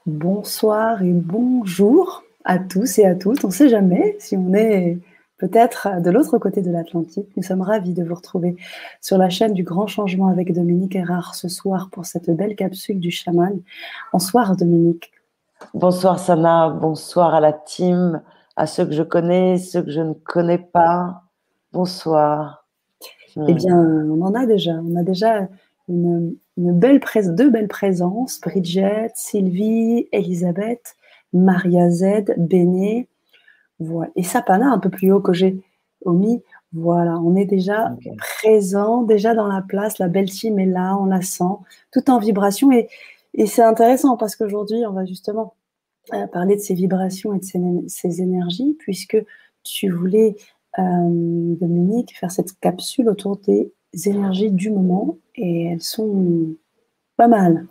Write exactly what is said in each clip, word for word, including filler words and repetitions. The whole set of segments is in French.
Bonsoir et bonjour à tous et à toutes. On ne sait jamais si on est peut-être de l'autre côté de l'Atlantique. Nous sommes ravis de vous retrouver sur la chaîne du Grand Changement avec Dominique Erard ce soir pour cette belle capsule du chaman. Bonsoir Dominique. Bonsoir Sana, bonsoir à la team, à ceux que je connais, ceux que je ne connais pas. Bonsoir. Hmm. Eh bien, on en a déjà. On a déjà une, une belle prés- deux belles présences. Bridget, Sylvie, Elisabeth, Maria Z, Béné. Voilà. Et Sapana, un peu plus haut que j'ai omis. Voilà, on est déjà okay. présent, déjà dans la place. La belle team est là, on la sent, tout en vibration. Et, et c'est intéressant parce qu'aujourd'hui, on va justement euh, parler de ces vibrations et de ces, ces énergies, puisque tu voulais, euh, Dominique, faire cette capsule autour des énergies du moment. Et elles sont pas mal.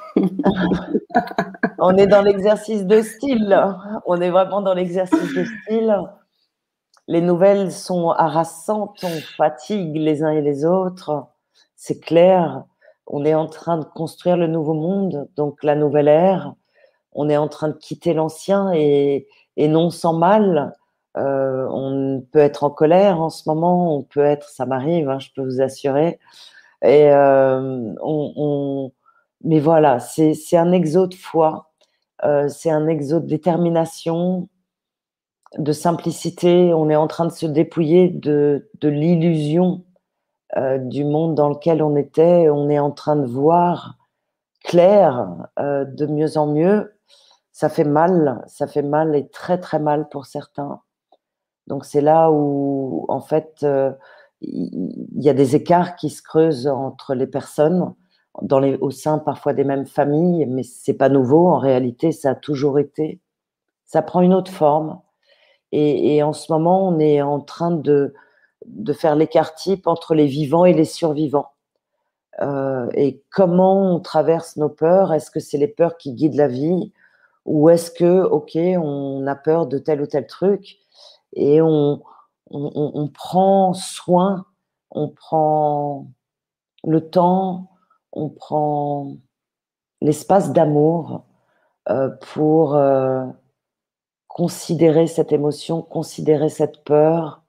On est dans l'exercice de style. On est vraiment dans l'exercice de style. Les nouvelles sont harassantes, on fatigue les uns et les autres. C'est clair. On est en train de construire le nouveau monde, donc la nouvelle ère. On est en train de quitter l'ancien et, et non sans mal. Euh, on peut être en colère en ce moment, on peut être, ça m'arrive, hein, je peux vous assurer. Et euh, on, on, mais voilà, c'est, c'est un exo de foi, euh, c'est un exo de détermination, de simplicité. On est en train de se dépouiller de, de l'illusion euh, du monde dans lequel on était. On est en train de voir clair euh, de mieux en mieux. Ça fait mal, ça fait mal et très très mal pour certains. Donc c'est là où en fait euh, il y a des écarts qui se creusent entre les personnes, dans les, au sein parfois des mêmes familles, mais c'est pas nouveau. En réalité, ça a toujours été. Ça prend une autre forme. Et, et en ce moment, on est en train de, de faire l'écart type entre les vivants et les survivants. Euh, et comment on traverse nos peurs? Est-ce que c'est les peurs qui guident la vie? Ou est-ce que, ok, on a peur de tel ou tel truc et on, on, on prend soin, on prend le temps, on prend l'espace d'amour euh, pour euh, considérer cette émotion, considérer cette peur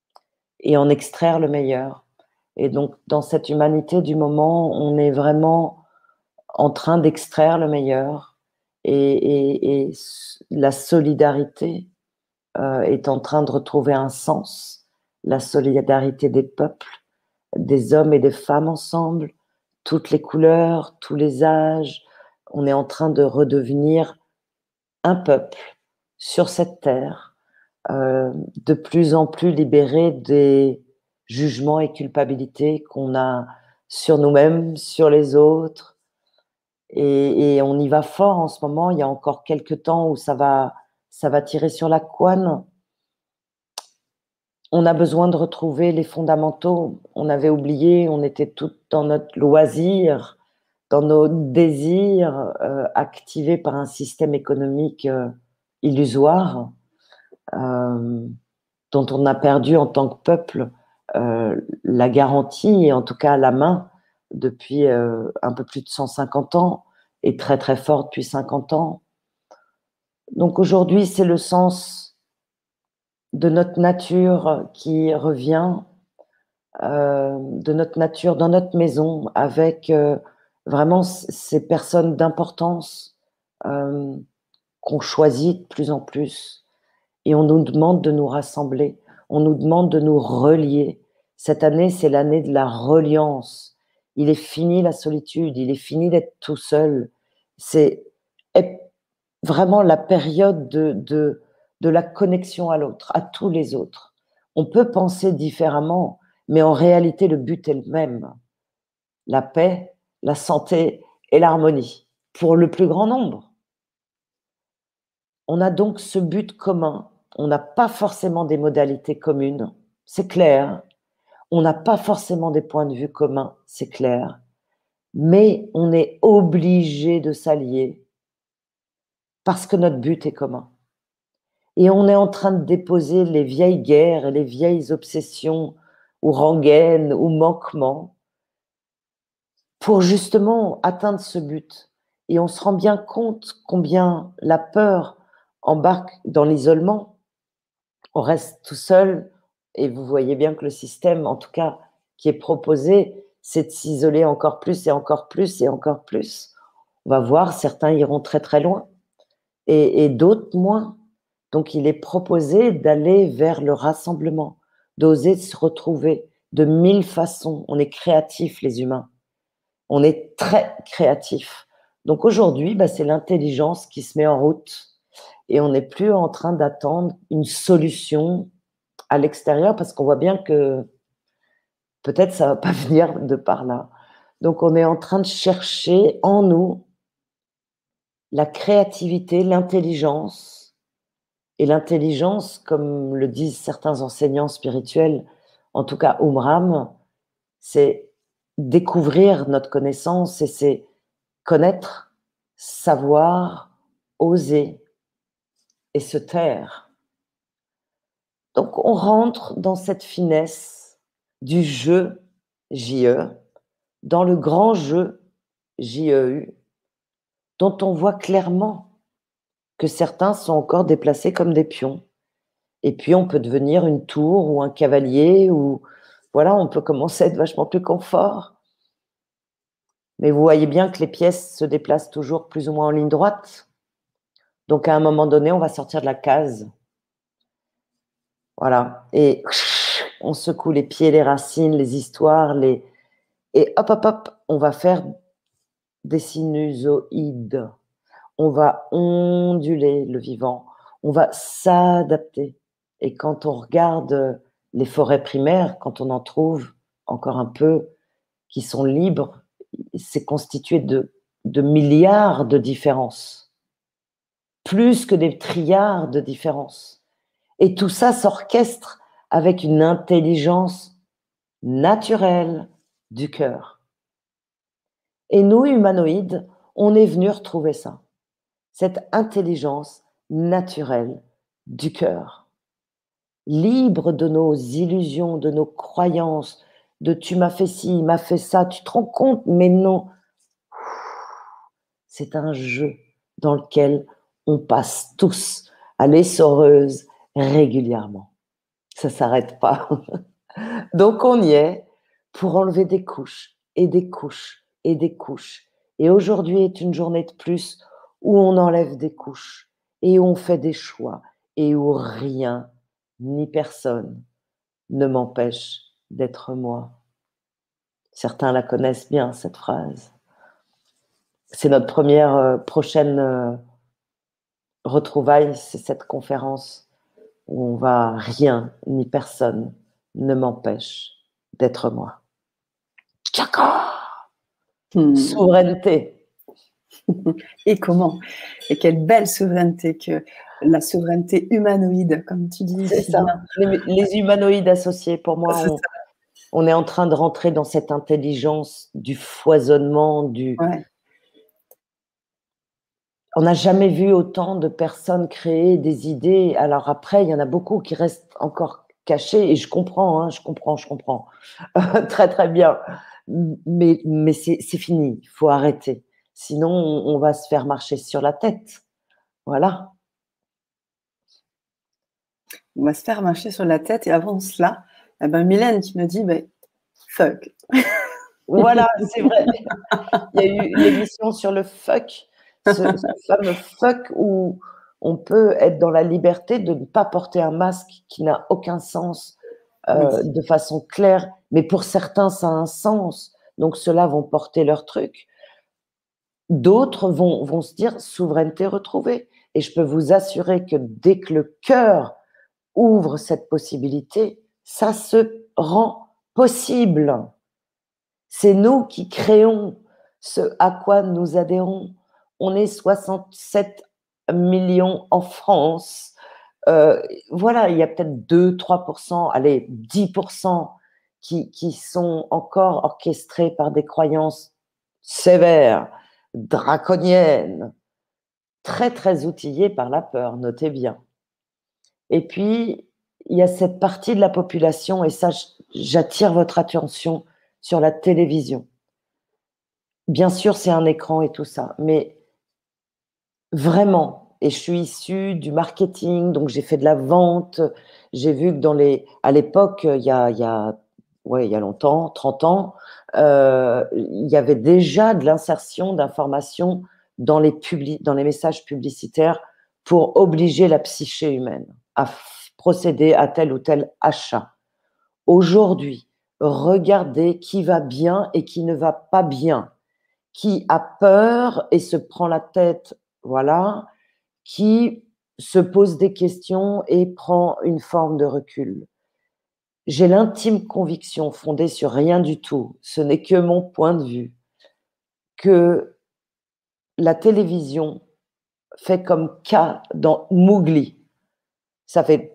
et en extraire le meilleur. Et donc, dans cette humanité du moment, on est vraiment en train d'extraire le meilleur et, et, et la solidarité euh, est en train de retrouver un sens, la solidarité des peuples, des hommes et des femmes ensemble, toutes les couleurs, tous les âges. On est en train de redevenir un peuple sur cette terre, euh, de plus en plus libéré des jugements et culpabilités qu'on a sur nous-mêmes, sur les autres. Et, et on y va fort en ce moment. Il y a encore quelques temps où ça va, ça va tirer sur la couenne. On a besoin de retrouver les fondamentaux. On avait oublié, on était toutes dans notre loisir, dans nos désirs euh, activés par un système économique euh, illusoire, euh, dont on a perdu en tant que peuple euh, la garantie, et en tout cas la main, depuis euh, un peu plus de cent cinquante ans, et très très fort depuis cinquante ans. Donc aujourd'hui, c'est le sens de notre nature qui revient, euh, de notre nature dans notre maison, avec euh, vraiment ces personnes d'importance euh, qu'on choisit de plus en plus. Et on nous demande de nous rassembler, on nous demande de nous relier. Cette année, c'est l'année de la reliance. Il est fini la solitude, il est fini d'être tout seul. C'est vraiment la période de, de, de la connexion à l'autre, à tous les autres. On peut penser différemment, mais en réalité, le but est le même. La paix, la santé et l'harmonie, pour le plus grand nombre. On a donc ce but commun. On n'a pas forcément des modalités communes, c'est clair. On n'a pas forcément des points de vue communs, c'est clair. Mais on est obligé de s'allier parce que notre but est commun. Et on est en train de déposer les vieilles guerres et les vieilles obsessions ou rengaines ou manquements pour justement atteindre ce but. Et on se rend bien compte combien la peur embarque dans l'isolement. On reste tout seul et vous voyez bien que le système, en tout cas, qui est proposé, c'est de s'isoler encore plus et encore plus et encore plus. On va voir, certains iront très très loin et, et d'autres moins. Donc il est proposé d'aller vers le rassemblement, d'oser se retrouver de mille façons. On est créatifs les humains, on est très créatifs. Donc aujourd'hui, bah, c'est l'intelligence qui se met en route et on n'est plus en train d'attendre une solution à l'extérieur parce qu'on voit bien que peut-être ça ne va pas venir de par là. Donc on est en train de chercher en nous la créativité, l'intelligence. Et l'intelligence, comme le disent certains enseignants spirituels, en tout cas Umram, c'est découvrir notre connaissance et c'est connaître, savoir, oser et se taire. Donc on rentre dans cette finesse du jeu, J E, dans le grand jeu, J E U, dont on voit clairement que certains sont encore déplacés comme des pions. Et puis on peut devenir une tour ou un cavalier, ou voilà, on peut commencer à être vachement plus confort. Mais vous voyez bien que les pièces se déplacent toujours plus ou moins en ligne droite. Donc à un moment donné, on va sortir de la case. Voilà. Et on secoue les pieds, les racines, les histoires, les... et hop, hop, hop, on va faire des sinusoïdes. On va onduler le vivant. On va s'adapter. Et quand on regarde les forêts primaires, quand on en trouve encore un peu qui sont libres, c'est constitué de, de milliards de différences, plus que des trilliards de différences. Et tout ça s'orchestre avec une intelligence naturelle du cœur. Et nous, humanoïdes, on est venus retrouver ça, cette intelligence naturelle du cœur, libre de nos illusions, de nos croyances, de tu m'as fait ci, il m'a fait ça, tu te rends compte, mais non. C'est un jeu dans lequel on passe tous à l'essoreuse régulièrement. Ça ne s'arrête pas. Donc on y est pour enlever des couches et des couches et des couches. Et aujourd'hui est une journée de plus où on enlève des couches et où on fait des choix et où rien ni personne ne m'empêche d'être moi. Certains la connaissent bien, cette phrase. C'est notre première euh, prochaine euh, retrouvaille, c'est cette conférence où on va rien ni personne ne m'empêche d'être moi. Tchaka! Hmm. Souveraineté. Et comment? Et quelle belle souveraineté, que la souveraineté humanoïde, comme tu dis. C'est ça. Les, les humanoïdes associés, pour moi, on, on est en train de rentrer dans cette intelligence du foisonnement, du... Ouais. On n'a jamais vu autant de personnes créer des idées. Alors après, il y en a beaucoup qui restent encore cachés, et je comprends, hein, je comprends, je comprends. Très, très bien. Mais, mais c'est, c'est fini, il faut arrêter. Sinon, on, on va se faire marcher sur la tête. Voilà. On va se faire marcher sur la tête, et avant cela, eh ben, Mylène qui me dit, ben, fuck. Voilà, c'est vrai. Il y a eu l'émission sur le fuck. Ce, ce fameux fuck où on peut être dans la liberté de ne pas porter un masque qui n'a aucun sens euh, oui. de façon claire, mais pour certains ça a un sens, donc ceux-là vont porter leur truc. D'autres vont, vont se dire souveraineté retrouvée, et je peux vous assurer que dès que le cœur ouvre cette possibilité, ça se rend possible. C'est nous qui créons ce à quoi nous adhérons. On est soixante-sept millions en France. Euh, voilà, il y a peut-être deux à trois pour cent, allez, dix pour cent qui, qui sont encore orchestrés par des croyances sévères, draconiennes, très, très outillées par la peur, notez bien. Et puis, il y a cette partie de la population, et ça, j'attire votre attention sur la télévision. Bien sûr, c'est un écran et tout ça, mais Vraiment. Et je suis issue du marketing, donc j'ai fait de la vente. J'ai vu que dans les à l'époque, il y a il y a ouais, il y a longtemps, trente ans, heu, il y avait déjà de l'insertion d'informations dans les publi dans les messages publicitaires pour obliger la psyché humaine à f procéder à tel ou tel achat. Aujourd'hui, regardez qui va bien et qui ne va pas bien, qui a peur et se prend la tête, voilà, qui se pose des questions et prend une forme de recul. J'ai l'intime conviction, fondée sur rien du tout, ce n'est que mon point de vue, que la télévision fait comme K dans Mowgli. Ça fait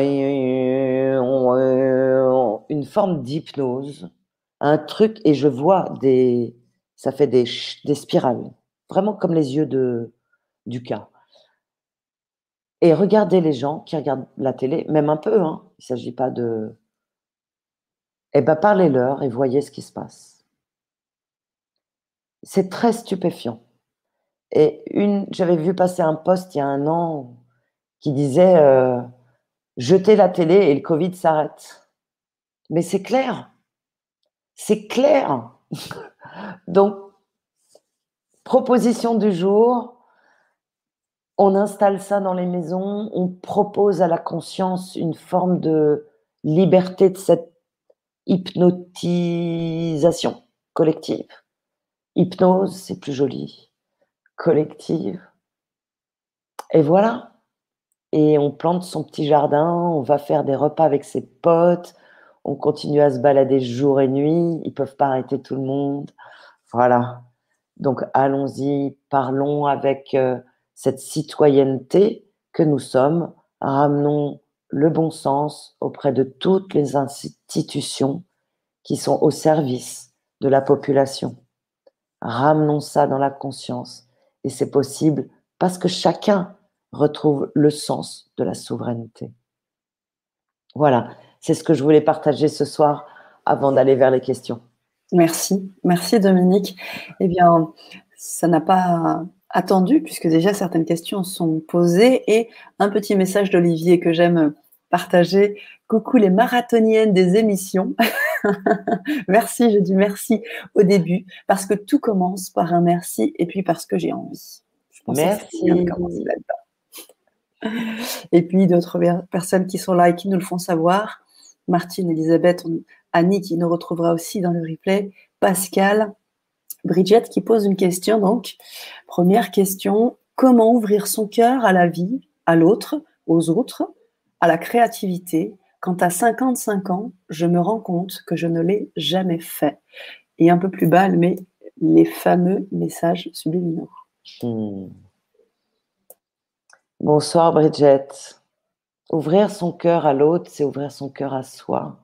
une forme d'hypnose, un truc, et je vois des, ça fait des, des spirales, vraiment comme les yeux de, du K. Et regardez les gens qui regardent la télé, même un peu, hein, il ne s'agit pas de... Eh bien, parlez-leur et voyez ce qui se passe. C'est très stupéfiant. Et une, j'avais vu passer un post il y a un an qui disait euh, « Jetez la télé et le Covid s'arrête ». Mais c'est clair, c'est clair. Donc, proposition du jour, on installe ça dans les maisons, on propose à la conscience une forme de liberté de cette hypnotisation collective. Hypnose, c'est plus joli. Collective. Et voilà. Et on plante son petit jardin, on va faire des repas avec ses potes, on continue à se balader jour et nuit, ils ne peuvent pas arrêter tout le monde. Voilà. Donc allons-y, parlons avec euh, cette citoyenneté que nous sommes, ramenons le bon sens auprès de toutes les institutions qui sont au service de la population. Ramenons ça dans la conscience. Et c'est possible parce que chacun retrouve le sens de la souveraineté. Voilà, c'est ce que je voulais partager ce soir avant d'aller vers les questions. Merci, merci Dominique. Eh bien, ça n'a pas attendu puisque déjà certaines questions sont posées et un petit message d'Olivier que j'aime partager. Coucou les marathoniennes des émissions. Merci, je dis merci au début parce que tout commence par un merci et puis parce que j'ai envie. Je pense merci. que c'est bien de commencer là-dedans. Et puis d'autres personnes qui sont là et qui nous le font savoir. Martine, Elisabeth, Annie qui nous retrouvera aussi dans le replay, Pascal, Bridget qui pose une question. Donc, première question, comment ouvrir son cœur à la vie, à l'autre, aux autres, à la créativité, quand à cinquante-cinq ans, je me rends compte que je ne l'ai jamais fait. Et un peu plus bas, elle met les fameux messages subliminaux. Hmm. Bonsoir Bridget. Ouvrir son cœur à l'autre, c'est ouvrir son cœur à soi.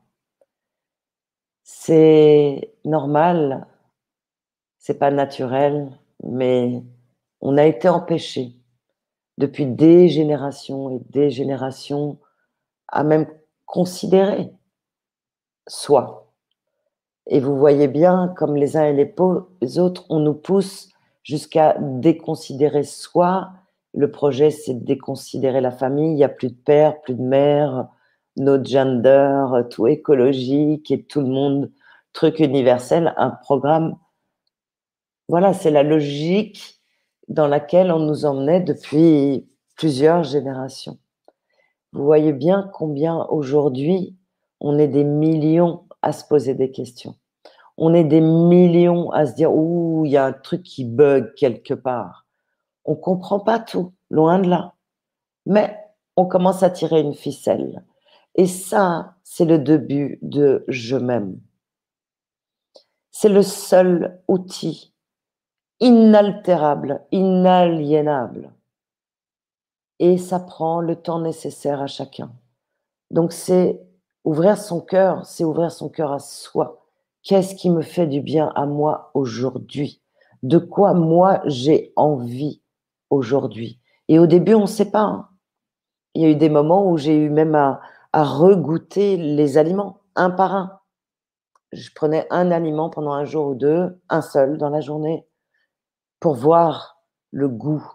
C'est normal, c'est pas naturel, mais on a été empêché depuis des générations et des générations à même considérer soi. Et vous voyez bien, comme les uns et les autres, on nous pousse jusqu'à déconsidérer soi. Le projet, c'est de déconsidérer la famille. Il n'y a plus de père, plus de mère, no gender, tout écologique et tout le monde, truc universel, un programme. Voilà, c'est la logique dans laquelle on nous emmenait depuis plusieurs générations. Vous voyez bien combien aujourd'hui, on est des millions à se poser des questions. On est des millions à se dire « Ouh, il y a un truc qui bug quelque part ». On ne comprend pas tout, loin de là. Mais on commence à tirer une ficelle. Et ça, c'est le début de « je m'aime ». C'est le seul outil inaltérable, inaliénable. Et ça prend le temps nécessaire à chacun. Donc c'est ouvrir son cœur, c'est ouvrir son cœur à soi. Qu'est-ce qui me fait du bien à moi aujourd'hui? De quoi moi j'ai envie aujourd'hui? Et au début, on ne sait pas. Hein. Il y a eu des moments où j'ai eu même à, à regoûter les aliments, un par un. Je prenais un aliment pendant un jour ou deux, un seul dans la journée, pour voir le goût.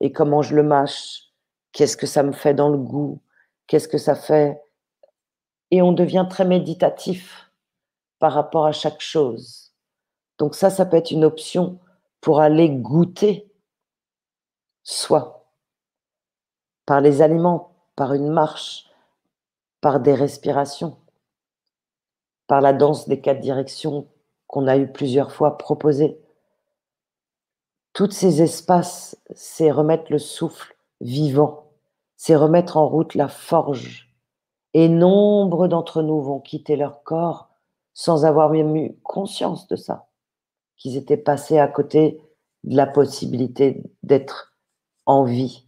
et comment je le mâche, qu'est-ce que ça me fait dans le goût, qu'est-ce que ça fait. Et on devient très méditatif par rapport à chaque chose. Donc ça, ça peut être une option pour aller goûter soi, par les aliments, par une marche, par des respirations, par la danse des quatre directions qu'on a eu plusieurs fois proposée. Tous ces espaces, c'est remettre le souffle vivant, c'est remettre en route la forge. Et nombre d'entre nous vont quitter leur corps sans avoir même eu conscience de ça, qu'ils étaient passés à côté de la possibilité d'être en vie.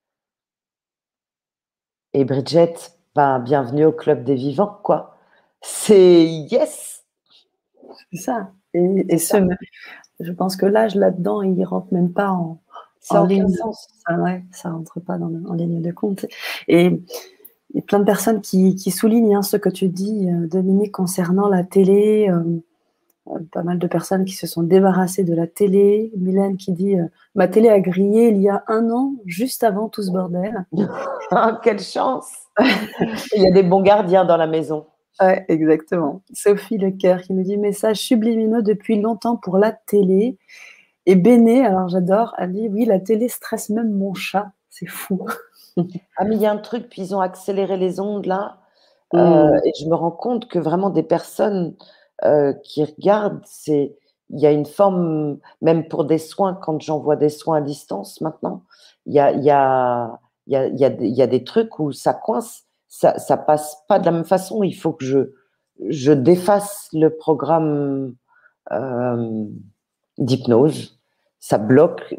Et Bridget, ben, bienvenue au club des vivants, quoi. C'est yes! C'est ça. Et, et ce, je pense que l'âge là-dedans, il ne rentre même pas en, Ça en n'a aucun ligne. sens. Ça, ouais, ça rentre pas dans, en ligne de compte. Et il y a plein de personnes qui, qui soulignent hein, ce que tu dis, euh, Dominique, concernant la télé. Euh, euh, pas mal de personnes qui se sont débarrassées de la télé. Mylène qui dit euh, « Ma télé a grillé il y a un an, juste avant tout ce bordel. » Quelle chance! Il y a des bons gardiens dans la maison. Ouais, exactement. Sophie Lecoeur qui nous dit « Message sublimineux depuis longtemps pour la télé. » Et Béné, alors j'adore, elle dit « Oui, la télé stresse même mon chat. C'est fou. » Ah, mais il y a un truc, puis ils ont accéléré les ondes là. Mm. Euh, et je me rends compte que vraiment des personnes euh, qui regardent, c'est, il y a une forme, même pour des soins, quand j'envoie des soins à distance maintenant, il y a, il y a, il y a, il y a, il y a des trucs où ça coince, ça, ça passe pas de la même façon. Il faut que je, je défasse le programme euh, d'hypnose. Ça bloque,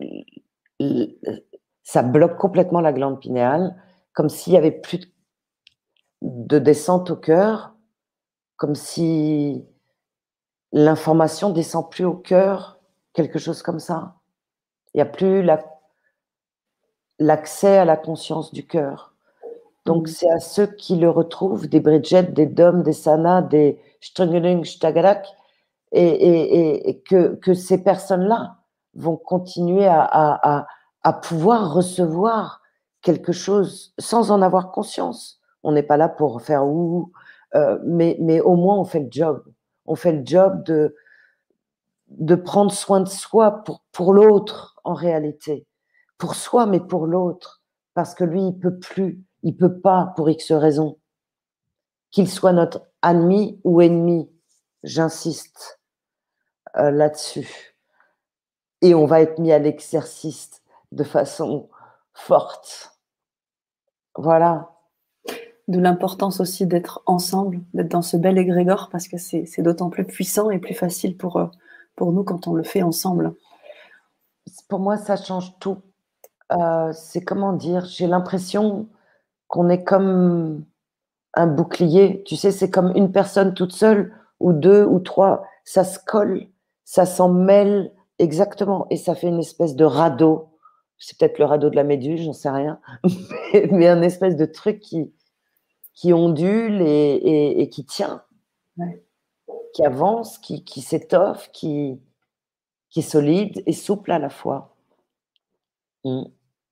ça bloque complètement la glande pinéale, comme s'il y avait plus de de descente au cœur, comme si l'information descend plus au cœur, quelque chose comme ça. Il n'y a plus la, l'accès à la conscience du cœur. Donc, Mmh. c'est à ceux qui le retrouvent, des Bridget, des Dom, des Sana, des Stringeling, Stagarak, et, et, et, et que, que ces personnes-là vont continuer à, à, à, à pouvoir recevoir quelque chose sans en avoir conscience. On n'est pas là pour faire ouh, euh, mais, mais au moins on fait le job. On fait le job de, de prendre soin de soi pour, pour l'autre, en réalité. Pour soi, mais pour l'autre. Parce que lui, il peut plus, il peut pas pour X raisons. Qu'il soit notre ami ou ennemi, j'insiste euh, là-dessus. Et on va être mis à l'exercice de façon forte. Voilà. D'où l'importance aussi d'être ensemble, d'être dans ce bel égrégore, parce que c'est, c'est d'autant plus puissant et plus facile pour, pour nous quand on le fait ensemble. Pour moi, ça change tout. Euh, c'est comment dire, j'ai l'impression qu'on est comme un bouclier. Tu sais, c'est comme une personne toute seule, ou deux, ou trois. Ça se colle, ça s'en mêle exactement. Et ça fait une espèce de radeau. C'est peut-être le radeau de la méduse, j'en sais rien. mais, mais un espèce de truc qui, qui ondule et, et, et qui tient. Ouais. Qui avance, qui, qui s'étoffe, qui, qui est solide et souple à la fois. Mm.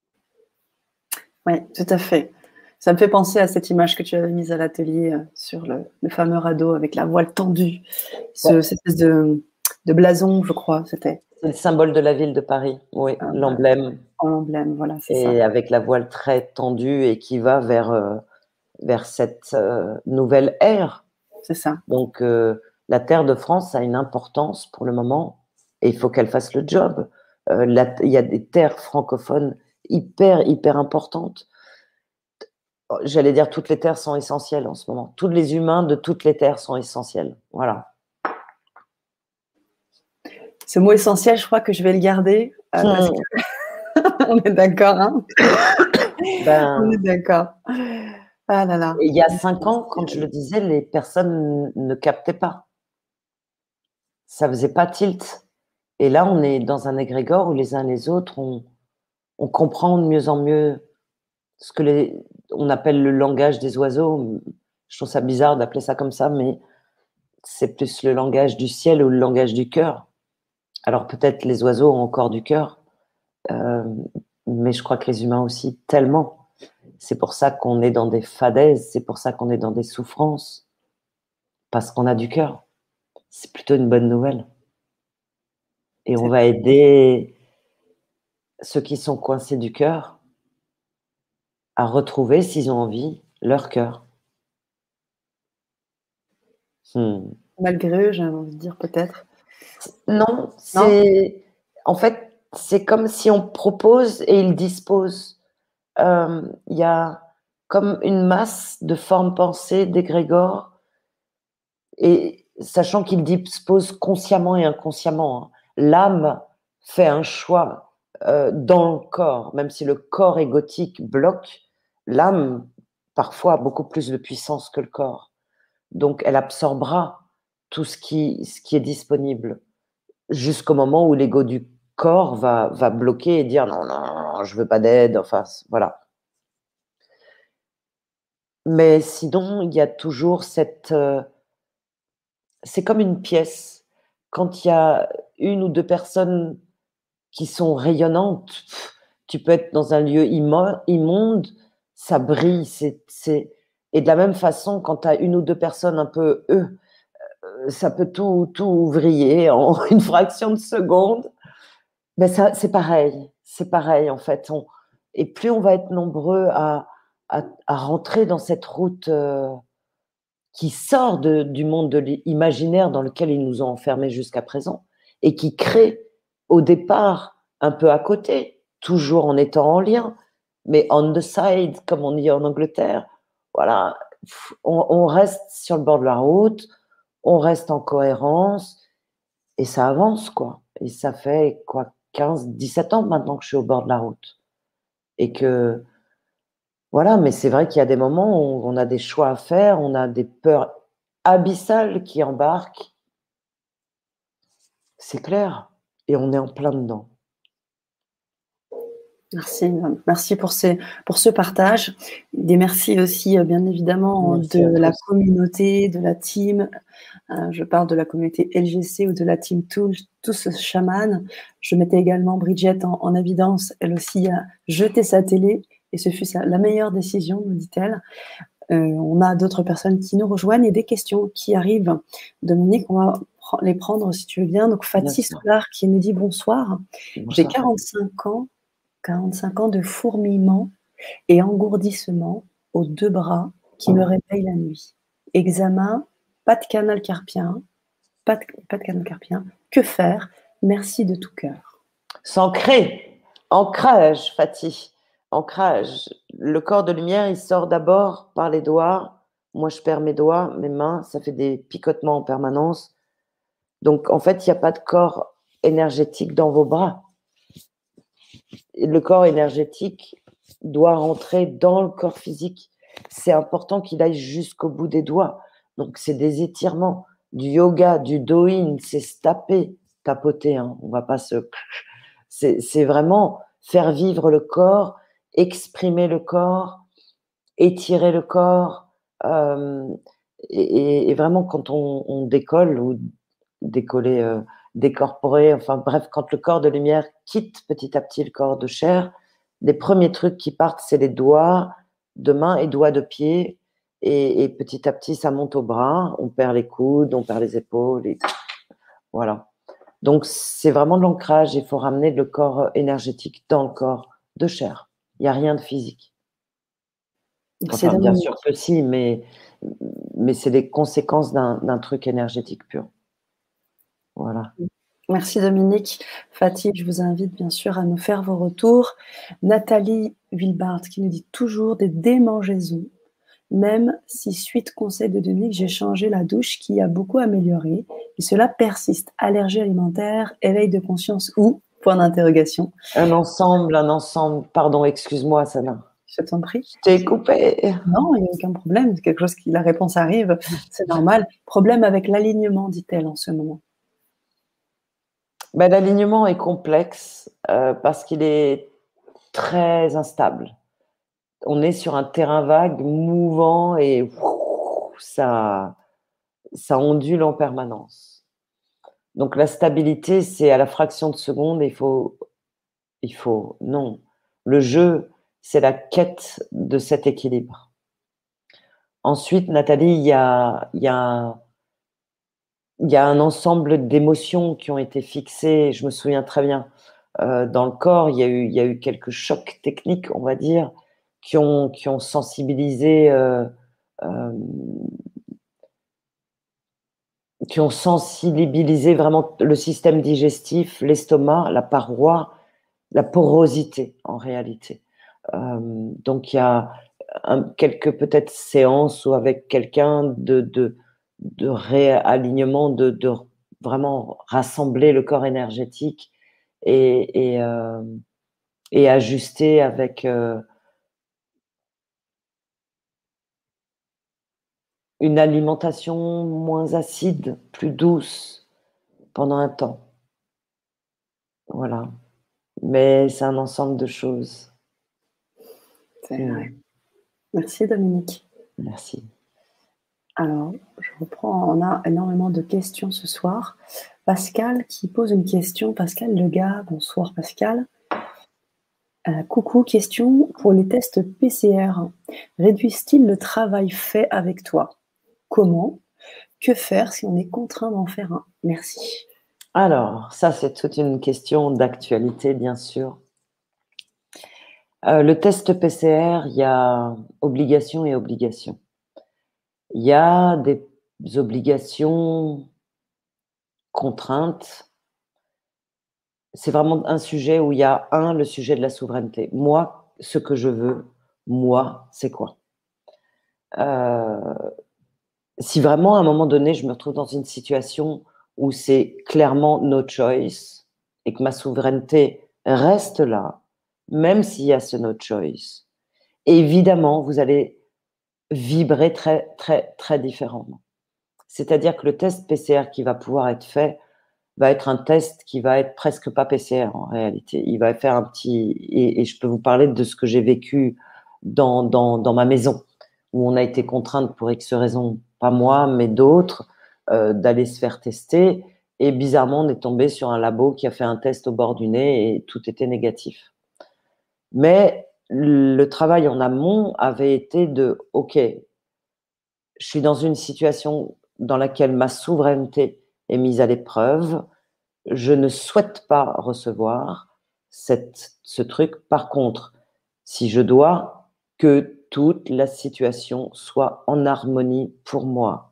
Oui, tout à fait. Ça me fait penser à cette image que tu avais mise à l'atelier euh, sur le, le fameux radeau avec la voile tendue, ce, Ouais. cette espèce de, de blason, je crois, c'était. C'est le symbole de la ville de Paris, oui, Ah, l'emblème. En emblème, voilà, c'est Et ça. avec la voile très tendue et qui va vers, euh, vers cette euh, nouvelle ère. C'est ça. Donc, euh, la terre de France a une importance pour le moment et il faut qu'elle fasse le job. Euh, la, il y a des terres francophones hyper, hyper importantes. J'allais dire toutes les terres sont essentielles en ce moment. Tous les humains de toutes les terres sont essentiels. Voilà. Ce mot essentiel, je crois que je vais le garder euh, Hmm. parce que on est d'accord, hein. Ben, On est d'accord. Ah là là. il y a cinq ans, quand je le disais, les personnes ne captaient pas. Ça faisait pas tilt. Et là, on est dans un égrégore où les uns les autres, on, on comprend de mieux en mieux ce que les, on appelle le langage des oiseaux. Je trouve ça bizarre d'appeler ça comme ça, mais c'est plus le langage du ciel ou le langage du cœur. Alors peut-être les oiseaux ont encore du cœur, euh, mais je crois que les humains aussi, tellement. C'est pour ça qu'on est dans des fadaises, c'est pour ça qu'on est dans des souffrances, parce qu'on a du cœur. C'est plutôt une bonne nouvelle. Et on va aider ceux qui sont coincés du cœur à retrouver, s'ils ont envie, leur cœur. Hmm. Malgré eux, j'ai envie de dire peut-être. Non, c'est en fait, c'est comme si on propose et ils disposent. Il euh, y a comme une masse de formes pensées d'égrégores, et sachant qu'ils disposent consciemment et inconsciemment. Hein. L'âme fait un choix euh, dans le corps, même si le corps égotique bloque, l'âme parfois a beaucoup plus de puissance que le corps. Donc elle absorbera tout ce qui, ce qui est disponible, jusqu'au moment où l'ego du corps va, va bloquer et dire non, non, non, je veux pas d'aide, enfin, voilà. Mais sinon, il y a toujours cette... Euh, c'est comme une pièce. Quand il y a une ou deux personnes qui sont rayonnantes, pff, tu peux être dans un lieu immo- immonde, ça brille. C'est, c'est... Et de la même façon, quand tu as une ou deux personnes un peu eux, ça peut tout, tout vriller en une fraction de seconde. Ben ça, c'est pareil, c'est pareil en fait. On, et plus on va être nombreux à, à, à rentrer dans cette route euh, qui sort de, du monde de l'imaginaire dans lequel ils nous ont enfermés jusqu'à présent et qui crée au départ un peu à côté, toujours en étant en lien, mais on the side, comme on dit en Angleterre. Voilà, on, on reste sur le bord de la route, on reste en cohérence et ça avance, quoi. Et ça fait quoi, quinze, dix-sept ans maintenant que je suis au bord de la route. Et que, voilà, mais c'est vrai qu'il y a des moments où on a des choix à faire, on a des peurs abyssales qui embarquent. C'est clair. Et on est en plein dedans. Merci, merci pour, ces, pour ce partage. Des merci aussi, bien évidemment, Merci de la communauté, de la team. Euh, je parle de la communauté L G C ou de la team Tous, tous Chaman. Je mettais également Bridget en, en évidence. Elle aussi a jeté sa télé et ce fut sa, la meilleure décision, nous dit-elle. Euh, on a d'autres personnes qui nous rejoignent et des questions qui arrivent. Dominique, on va les prendre si tu veux bien. Donc, Fatih Solar qui nous dit bonsoir. bonsoir. J'ai quarante-cinq ans. quarante-cinq ans de fourmillement et engourdissement aux deux bras qui me réveillent la nuit. Examen, pas de canal carpien, pas de, pas de canal carpien. Que faire? Merci de tout cœur. S'ancrer, ancrage, Fatih, ancrage. Le corps de lumière, il sort d'abord par les doigts. Moi, je perds mes doigts, mes mains, ça fait des picotements en permanence. Donc, en fait, il n'y a pas de corps énergétique dans vos bras. Le corps énergétique doit rentrer dans le corps physique. C'est important qu'il aille jusqu'au bout des doigts. Donc, c'est des étirements, du yoga, du do-in, c'est se taper, tapoter, hein. On ne va pas se... C'est, c'est vraiment faire vivre le corps, exprimer le corps, étirer le corps. Euh, et, et vraiment, quand on, on décolle ou décoller... Euh, décorporé, enfin bref, quand le corps de lumière quitte petit à petit le corps de chair, les premiers trucs qui partent, c'est les doigts de main et doigts de pied, et, et petit à petit, ça monte au bras, on perd les coudes, on perd les épaules, et voilà. Donc, c'est vraiment de l'ancrage, il faut ramener le corps énergétique dans le corps de chair. Il n'y a rien de physique. Enfin, bien sûr que si, mais, mais c'est les conséquences d'un, d'un truc énergétique pur. Voilà. Merci Dominique. Fatih, je vous invite bien sûr à nous faire vos retours. Nathalie Wilbart qui nous dit toujours des démangeaisons, même si suite conseil de Dominique, j'ai changé la douche qui a beaucoup amélioré et cela persiste. Allergie alimentaire, éveil de conscience ou point d'interrogation. Un ensemble, un ensemble. Pardon, excuse-moi, Sana. Je t'en prie. Je t'ai coupé. Non, il n'y a aucun problème. C'est quelque chose qui, la réponse arrive, c'est normal. Problème avec l'alignement, dit-elle en ce moment. Ben, l'alignement est complexe euh, parce qu'il est très instable. On est sur un terrain vague, mouvant et ouf, ça, ça ondule en permanence. Donc la stabilité, c'est à la fraction de seconde. Il faut, il faut, non. Le jeu, c'est la quête de cet équilibre. Ensuite, Nathalie, il y a, il y a, il y a un ensemble d'émotions qui ont été fixées, je me souviens très bien, euh, dans le corps. Il y a eu, il y a eu quelques chocs techniques, on va dire, qui ont, qui ont sensibilisé, euh, euh, qui ont sensibilisé vraiment le système digestif, l'estomac, la paroi, la porosité en réalité. Euh, donc il y a un, quelques peut-être séances ou avec quelqu'un de, de, de réalignement, de, de vraiment rassembler le corps énergétique et, et, euh, et ajuster avec euh, une alimentation moins acide, plus douce pendant un temps. Voilà. Mais c'est un ensemble de choses. C'est vrai. Merci Dominique. Merci. Alors, je reprends, on a énormément de questions ce soir. Pascal qui pose une question. Pascal Lega, bonsoir Pascal. Euh, coucou, question pour les tests P C R. Réduisent-ils le travail fait avec toi? Comment? Que faire si on est contraint d'en faire un? Merci. Alors, ça, c'est toute une question d'actualité, bien sûr. Euh, le test P C R, il y a obligation et obligation. Il y a des obligations, contraintes. C'est vraiment un sujet où il y a, un, le sujet de la souveraineté. Moi, ce que je veux, moi, c'est quoi? euh, Si vraiment, à un moment donné, je me retrouve dans une situation où c'est clairement no choice et que ma souveraineté reste là, même s'il y a ce no choice, évidemment, vous allez vibrer très, très, très différemment. C'est-à-dire que le test P C R qui va pouvoir être fait va être un test qui va être presque pas P C R en réalité. Il va faire un petit... Et, et je peux vous parler de ce que j'ai vécu dans, dans, dans ma maison, où on a été contrainte pour X raisons, pas moi, mais d'autres, euh, d'aller se faire tester. Et bizarrement, on est tombé sur un labo qui a fait un test au bord du nez et tout était négatif. Mais le travail en amont avait été de, OK, je suis dans une situation dans laquelle ma souveraineté est mise à l'épreuve. Je ne souhaite pas recevoir cette, ce truc. Par contre, si je dois, que toute la situation soit en harmonie pour moi.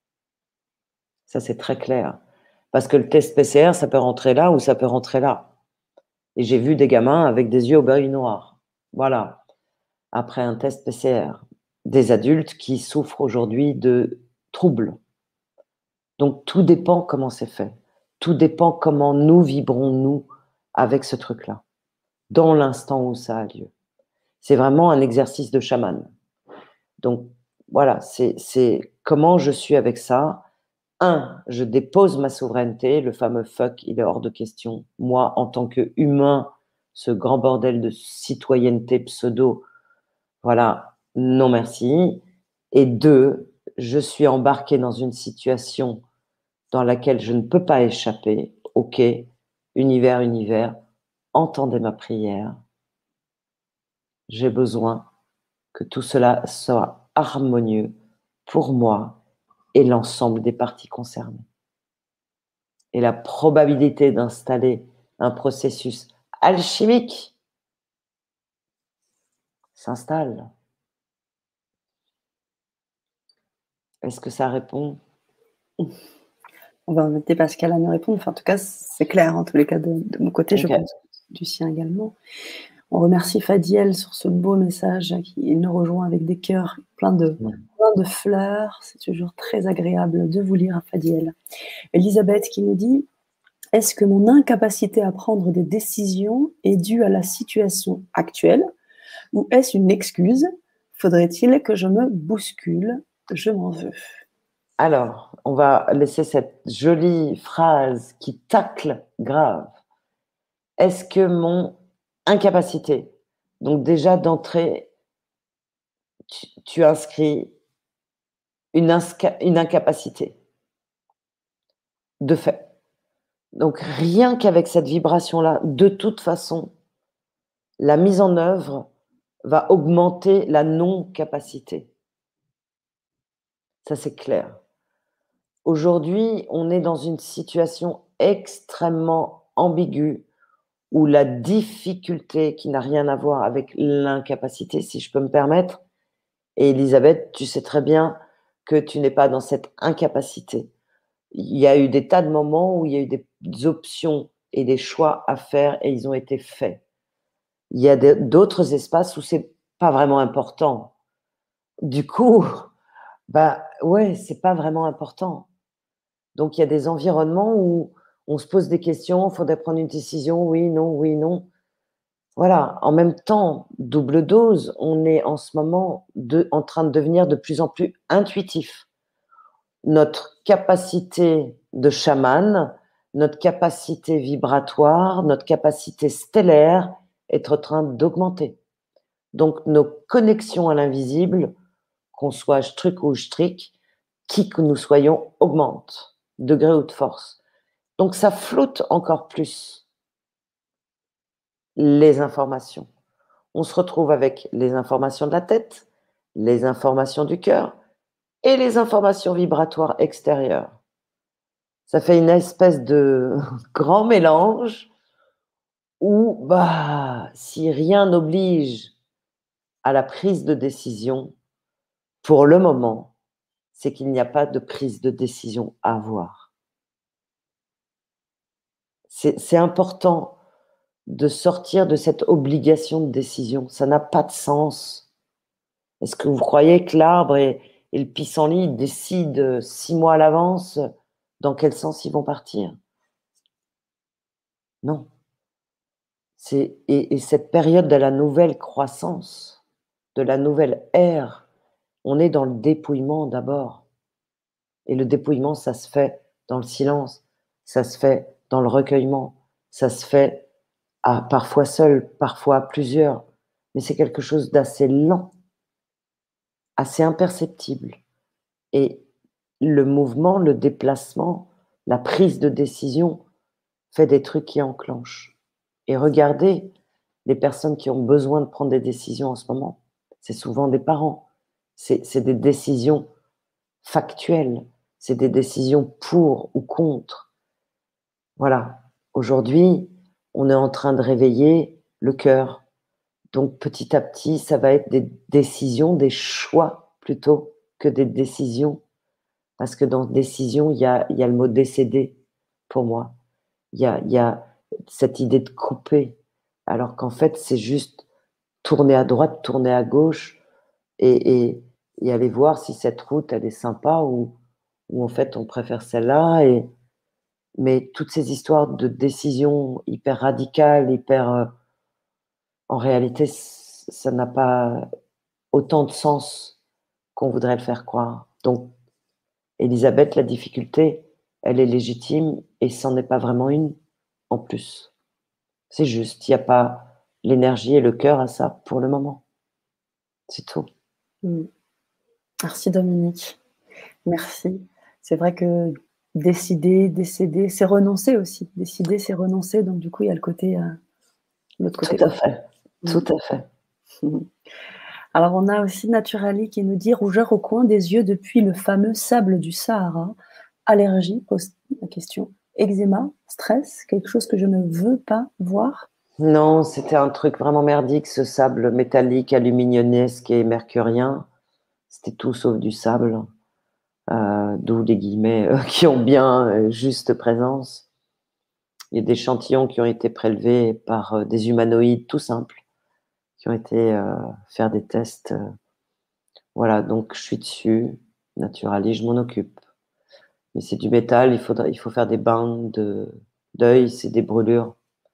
Ça, c'est très clair. Parce que le test P C R, ça peut rentrer là ou ça peut rentrer là. Et j'ai vu des gamins avec des yeux au beurre noir. Voilà. Après un test P C R. Des adultes qui souffrent aujourd'hui de troubles. Donc, tout dépend comment c'est fait. Tout dépend comment nous vibrons, nous, avec ce truc-là, dans l'instant où ça a lieu. C'est vraiment un exercice de chaman. Donc, voilà, c'est, c'est comment je suis avec ça. Un, je dépose ma souveraineté, le fameux fuck, il est hors de question. Moi, en tant qu'humain, ce grand bordel de citoyenneté pseudo, voilà, non merci. Et deux, je suis embarquée dans une situation dans laquelle je ne peux pas échapper. Ok, univers, univers, entendez ma prière. J'ai besoin que tout cela soit harmonieux pour moi et l'ensemble des parties concernées. Et la probabilité d'installer un processus alchimique s'installe. Est-ce que ça répond? On va inviter Pascal à nous répondre. Enfin, en tout cas, c'est clair, en tous les cas, de, de mon côté, okay. Je pense du sien également. On remercie Fadiel sur ce beau message qui nous rejoint avec des cœurs plein de, ouais. plein de fleurs. C'est toujours très agréable de vous lire, Fadiel. Elisabeth qui nous dit « Est-ce que mon incapacité à prendre des décisions est due à la situation actuelle ou est-ce une excuse? Faudrait-il que je me bouscule? Je m'en veux. » Alors, on va laisser cette jolie phrase qui tacle grave. Est-ce que mon incapacité, donc déjà d'entrée, tu, tu inscris une, insca, une incapacité de fait. Donc rien qu'avec cette vibration-là, de toute façon, la mise en œuvre va augmenter la non-capacité. Ça, c'est clair. Aujourd'hui, on est dans une situation extrêmement ambiguë où la difficulté, qui n'a rien à voir avec l'incapacité, si je peux me permettre, et Elisabeth, tu sais très bien que tu n'es pas dans cette incapacité. Il y a eu des tas de moments où il y a eu des options et des choix à faire et ils ont été faits. Il y a d'autres espaces où c'est pas vraiment important. Du coup, bah ouais, c'est pas vraiment important. Donc il y a des environnements où on se pose des questions, il faudrait prendre une décision, oui, non, oui, non. Voilà, en même temps, double dose, on est en ce moment de, en train de devenir de plus en plus intuitif. Notre capacité de chaman, notre capacité vibratoire, notre capacité stellaire est en train d'augmenter. Donc nos connexions à l'invisible, qu'on soit struc ou strict, qui que nous soyons, augmentent, degré ou de force. Donc ça flotte encore plus les informations. On se retrouve avec les informations de la tête, les informations du cœur et les informations vibratoires extérieures. Ça fait une espèce de grand mélange où, bah, si rien n'oblige à la prise de décision, pour le moment, c'est qu'il n'y a pas de prise de décision à avoir. C'est, c'est important de sortir de cette obligation de décision. Ça n'a pas de sens. Est-ce que vous croyez que l'arbre et, et le pissenlit décident six mois à l'avance dans quel sens ils vont partir? Non. C'est, et, et cette période de la nouvelle croissance, de la nouvelle ère, on est dans le dépouillement d'abord. Et le dépouillement, ça se fait dans le silence, ça se fait dans le recueillement, ça se fait à, parfois seul, parfois à plusieurs. Mais c'est quelque chose d'assez lent, assez imperceptible. Et le mouvement, le déplacement, la prise de décision fait des trucs qui enclenchent. Et regardez les personnes qui ont besoin de prendre des décisions en ce moment. C'est souvent des parents. C'est, c'est des décisions factuelles. C'est des décisions pour ou contre. Voilà. Aujourd'hui, on est en train de réveiller le cœur. Donc, petit à petit, ça va être des décisions, des choix plutôt que des décisions. Parce que dans décision, il y a, il y a le mot décéder pour moi. Il y a, il y a cette idée de couper. Alors qu'en fait, c'est juste tourner à droite, tourner à gauche et, et, et aller voir si cette route, elle est sympa ou, ou en fait, on préfère celle-là. Et, mais toutes ces histoires de décisions hyper radicales, hyper... Euh, en réalité, ça n'a pas autant de sens qu'on voudrait le faire croire. Donc, Elisabeth, la difficulté, elle est légitime et c'en est pas vraiment une en plus. C'est juste, il n'y a pas l'énergie et le cœur à ça pour le moment. C'est tout. Merci Dominique. Merci. C'est vrai que décider, décéder, c'est renoncer aussi. Décider, c'est renoncer. Donc du coup, il y a le côté, euh, l'autre côté. Tout à fait. Mmh. Tout à fait. Mmh. Alors, on a aussi Naturali qui nous dit « Rougeur au coin des yeux depuis le fameux sable du Sahara. Allergie ?» pose la question. Eczéma, stress, quelque chose que je ne veux pas voir? Non, c'était un truc vraiment merdique, ce sable métallique, aluminiesque et mercurien. C'était tout sauf du sable, euh, d'où des guillemets euh, qui ont bien euh, juste présence. Il y a des échantillons qui ont été prélevés par euh, des humanoïdes tout simples, qui ont été euh, faire des tests. Euh, voilà, donc je suis dessus, Naturali, je m'en occupe. Mais c'est du métal, il, faudra, il faut faire des bains de, d'œil, c'est des brûlures.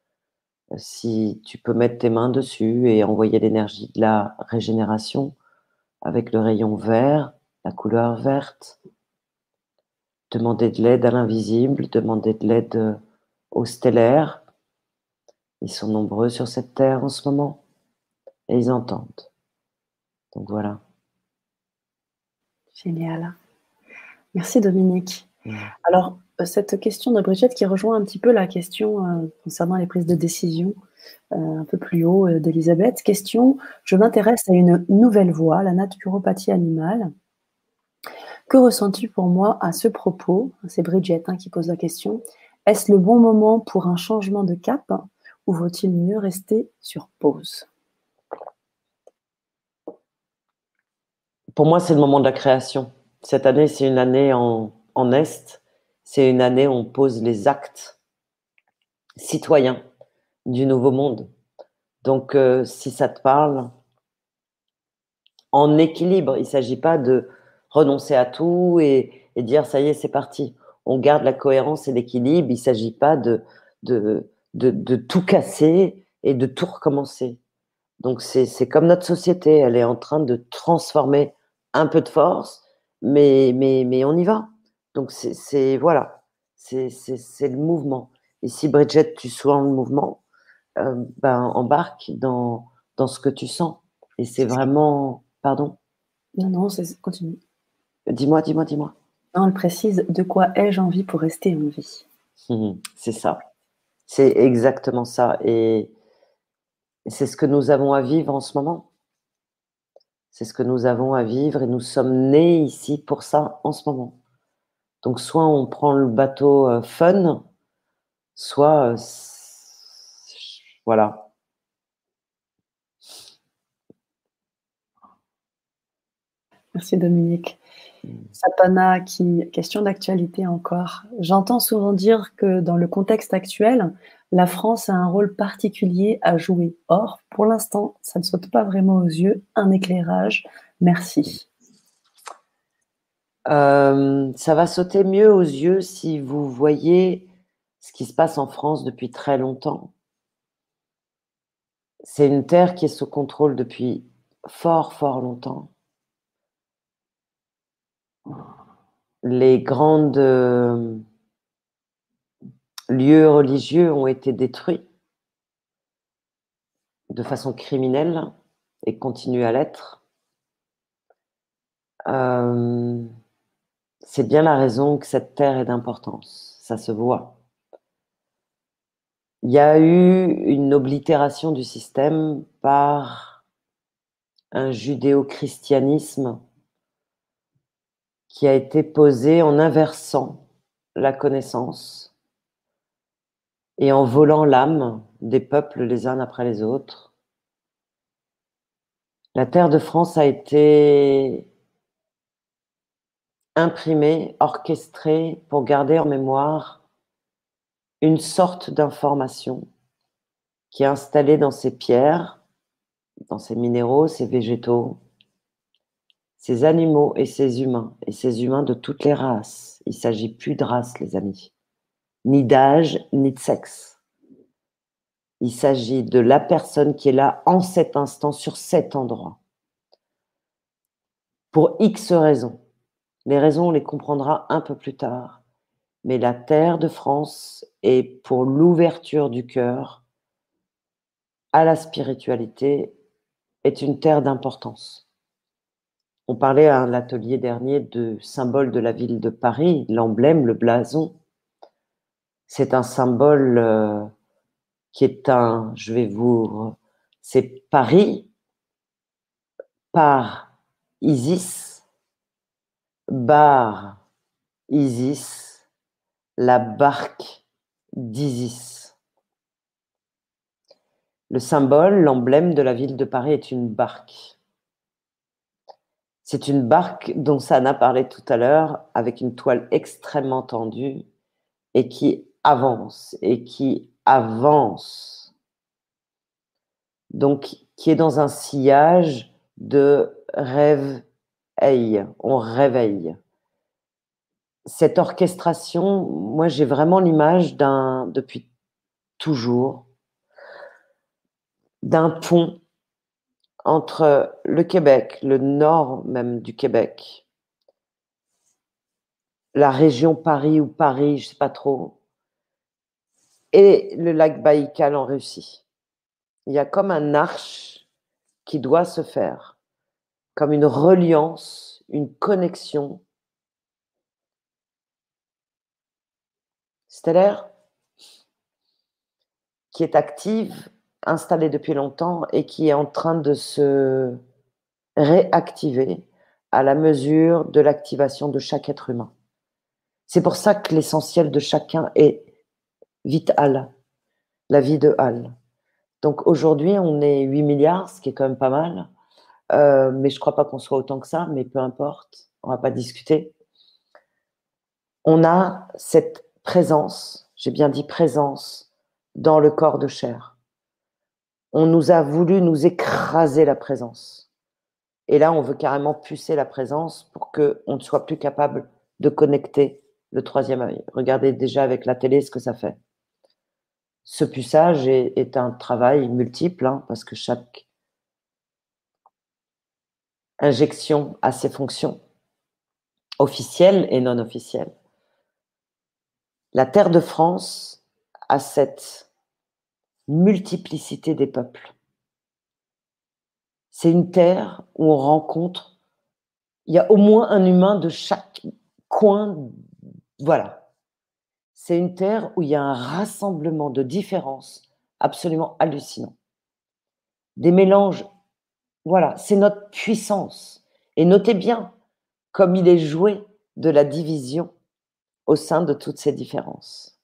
Si tu peux mettre tes mains dessus et envoyer l'énergie de la régénération avec le rayon vert, la couleur verte, demander de l'aide à l'invisible, demander de l'aide aux stellaires. Ils sont nombreux sur cette terre en ce moment et ils entendent. Donc voilà. Génial. Merci Dominique. Mmh. Alors, cette question de Brigitte qui rejoint un petit peu la question euh, concernant les prises de décision. euh, un peu plus haut euh, d'Elisabeth. Question, je m'intéresse à une nouvelle voie, la naturopathie animale. Que ressens-tu pour moi à ce propos? C'est Bridget hein, qui pose la question. Est-ce le bon moment pour un changement de cap ou vaut-il mieux rester sur pause? Pour moi, c'est le moment de la création. Cette année, c'est une année en, en Est. C'est une année où on pose les actes citoyens du nouveau monde. Donc, euh, si ça te parle, en équilibre, il ne s'agit pas de renoncer à tout et, et dire ça y est, c'est parti. On garde la cohérence et l'équilibre. Il ne s'agit pas de, de, de, de tout casser et de tout recommencer. Donc, c'est, c'est comme notre société, elle est en train de transformer un peu de force, mais, mais, mais on y va. Donc, c'est, c'est voilà, c'est, c'est, c'est le mouvement. Et si, Bridget, tu sens le mouvement, euh, ben, embarque dans, dans ce que tu sens. Et c'est vraiment... Pardon? Non, non, c'est- continue. Dis-moi, dis-moi, dis-moi. Non, elle précise, de quoi ai-je envie pour rester en vie? Mhm, c'est ça. C'est exactement ça. Et c'est ce que nous avons à vivre en ce moment. C'est ce que nous avons à vivre et nous sommes nés ici pour ça en ce moment. Donc, soit on prend le bateau euh, fun, soit. euh, c- voilà. Merci Dominique. Sapana qui, question d'actualité encore. J'entends souvent dire que dans le contexte actuel, la France a un rôle particulier à jouer. Or, pour l'instant, ça ne saute pas vraiment aux yeux. Un éclairage. Merci. Euh, ça va sauter mieux aux yeux si vous voyez ce qui se passe en France depuis très longtemps. C'est une terre qui est sous contrôle depuis fort, fort longtemps. Les grands euh, lieux religieux ont été détruits de façon criminelle et continuent à l'être. Euh, c'est bien la raison que cette terre est d'importance. Ça se voit. Il y a eu une oblitération du système par un judéo-christianisme qui a été posé en inversant la connaissance et en volant l'âme des peuples les uns après les autres. La terre de France a été imprimée, orchestrée pour garder en mémoire une sorte d'information qui est installée dans ces pierres, dans ces minéraux, ces végétaux, ces animaux et ces humains, et ces humains de toutes les races. Il ne s'agit plus de race, les amis, ni d'âge, ni de sexe. Il s'agit de la personne qui est là en cet instant, sur cet endroit. Pour X raisons. Les raisons, on les comprendra un peu plus tard. Mais la terre de France est pour l'ouverture du cœur à la spiritualité, est une terre d'importance. On parlait à l'atelier dernier de symbole de la ville de Paris, l'emblème, le blason. C'est un symbole euh, qui est un, je vais vous, c'est Paris par Isis, bar Isis, la barque d'Isis. Le symbole, l'emblème de la ville de Paris est une barque. C'est une barque dont Sana parlait tout à l'heure, avec une toile extrêmement tendue et qui avance, et qui avance. Donc, qui est dans un sillage de rêve-eille. On réveille. Cette orchestration, moi, j'ai vraiment l'image d'un, depuis toujours, d'un pont entre le Québec, le nord même du Québec, la région Paris ou Paris, je ne sais pas trop, et le lac Baïkal en Russie. Il y a comme un arche qui doit se faire, comme une reliance, une connexion stellaire qui est active installé depuis longtemps et qui est en train de se réactiver à la mesure de l'activation de chaque être humain. C'est pour ça que l'essentiel de chacun est vital, la vie de Al. Donc aujourd'hui, on est huit milliards, ce qui est quand même pas mal, euh, mais je ne crois pas qu'on soit autant que ça, mais peu importe, on ne va pas discuter. On a cette présence, j'ai bien dit présence, dans le corps de chair. On nous a voulu nous écraser la présence. Et là, on veut carrément pucer la présence pour qu'on ne soit plus capable de connecter le troisième œil. Regardez déjà avec la télé ce que ça fait. Ce puçage est, est un travail multiple, hein, parce que chaque injection a ses fonctions officielles et non officielles. La terre de France a cette multiplicité des peuples. C'est une terre où on rencontre, il y a au moins un humain de chaque coin, voilà. C'est une terre où il y a un rassemblement de différences absolument hallucinant. Des mélanges, voilà, c'est notre puissance. Et notez bien comme il est joué de la division au sein de toutes ces différences.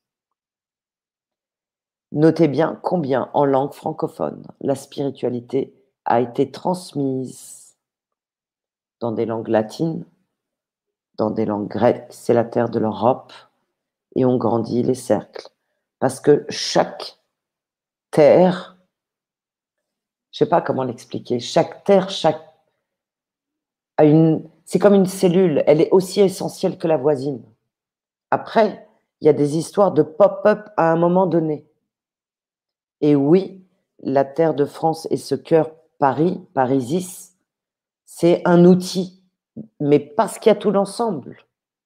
Notez bien combien, en langue francophone, la spiritualité a été transmise dans des langues latines, dans des langues grecques, c'est la terre de l'Europe, et on grandit les cercles. Parce que chaque terre, je ne sais pas comment l'expliquer, chaque terre, chaque a une, c'est comme une cellule, elle est aussi essentielle que la voisine. Après, il y a des histoires de pop-up à un moment donné. Et oui, la terre de France et ce cœur Paris, Parisis, c'est un outil, mais parce qu'il y a tout l'ensemble.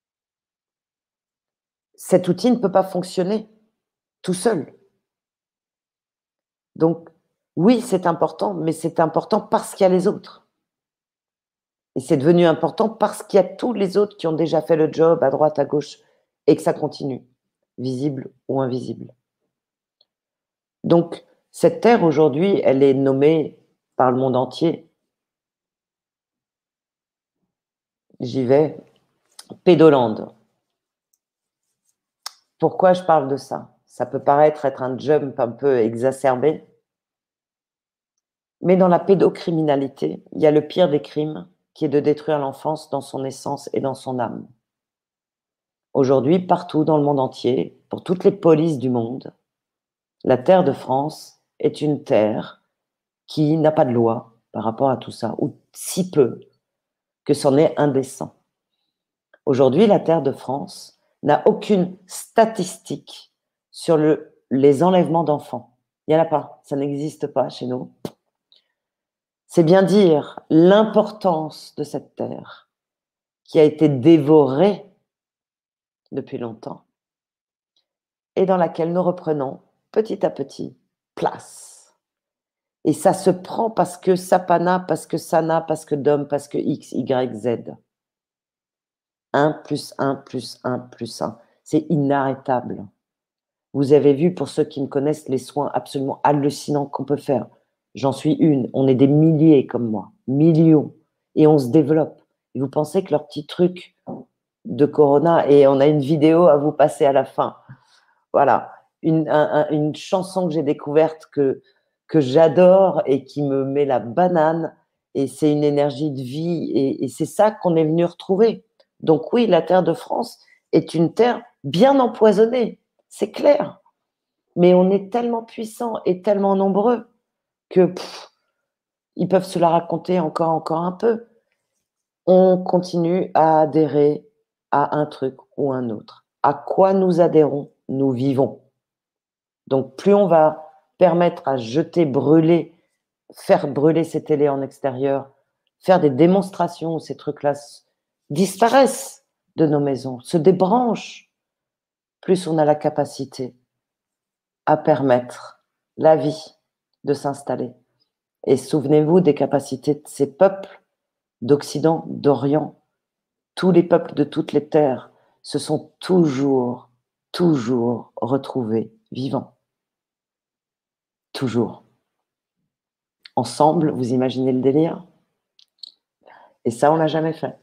Cet outil ne peut pas fonctionner tout seul. Donc, oui, c'est important, mais c'est important parce qu'il y a les autres. Et c'est devenu important parce qu'il y a tous les autres qui ont déjà fait le job à droite, à gauche, et que ça continue, visible ou invisible. Donc, cette terre, aujourd'hui, elle est nommée par le monde entier. J'y vais. Pédolande. Pourquoi je parle de ça? Ça peut paraître être un jump un peu exacerbé, mais dans la pédocriminalité, il y a le pire des crimes qui est de détruire l'enfance dans son essence et dans son âme. Aujourd'hui, partout dans le monde entier, pour toutes les polices du monde, la terre de France est une terre qui n'a pas de loi par rapport à tout ça, ou si peu que c'en est indécent. Aujourd'hui, la terre de France n'a aucune statistique sur le, les enlèvements d'enfants. Il n'y en a pas, ça n'existe pas chez nous. C'est bien dire l'importance de cette terre qui a été dévorée depuis longtemps et dans laquelle nous reprenons petit à petit place. Et ça se prend parce que Sapana, parce que Sana, parce que Dom, parce que X, Y, Z. un plus un plus un plus un. C'est inarrêtable. Vous avez vu, pour ceux qui me connaissent, les soins absolument hallucinants qu'on peut faire. J'en suis une. On est des milliers comme moi. Millions. Et on se développe. Et vous pensez que leur petit truc de Corona, et on a une vidéo à vous passer à la fin. Voilà. Une, un, une chanson que j'ai découverte que, que j'adore et qui me met la banane. Et c'est une énergie de vie. Et, et c'est ça qu'on est venu retrouver. Donc oui, la terre de France est une terre bien empoisonnée, c'est clair. Mais on est tellement puissants et tellement nombreux que pff, ils peuvent se la raconter encore, encore un peu. On continue à adhérer à un truc ou un autre. À quoi nous adhérons, nous vivons. Donc plus on va permettre à jeter, brûler, faire brûler ces télés en extérieur, faire des démonstrations où ces trucs-là disparaissent de nos maisons, se débranchent, plus on a la capacité à permettre la vie de s'installer. Et souvenez-vous des capacités de ces peuples d'Occident, d'Orient. Tous les peuples de toutes les terres se sont toujours, toujours retrouvés vivants. Toujours. ensemble, vous imaginez le délire? Et ça, on l'a jamais fait.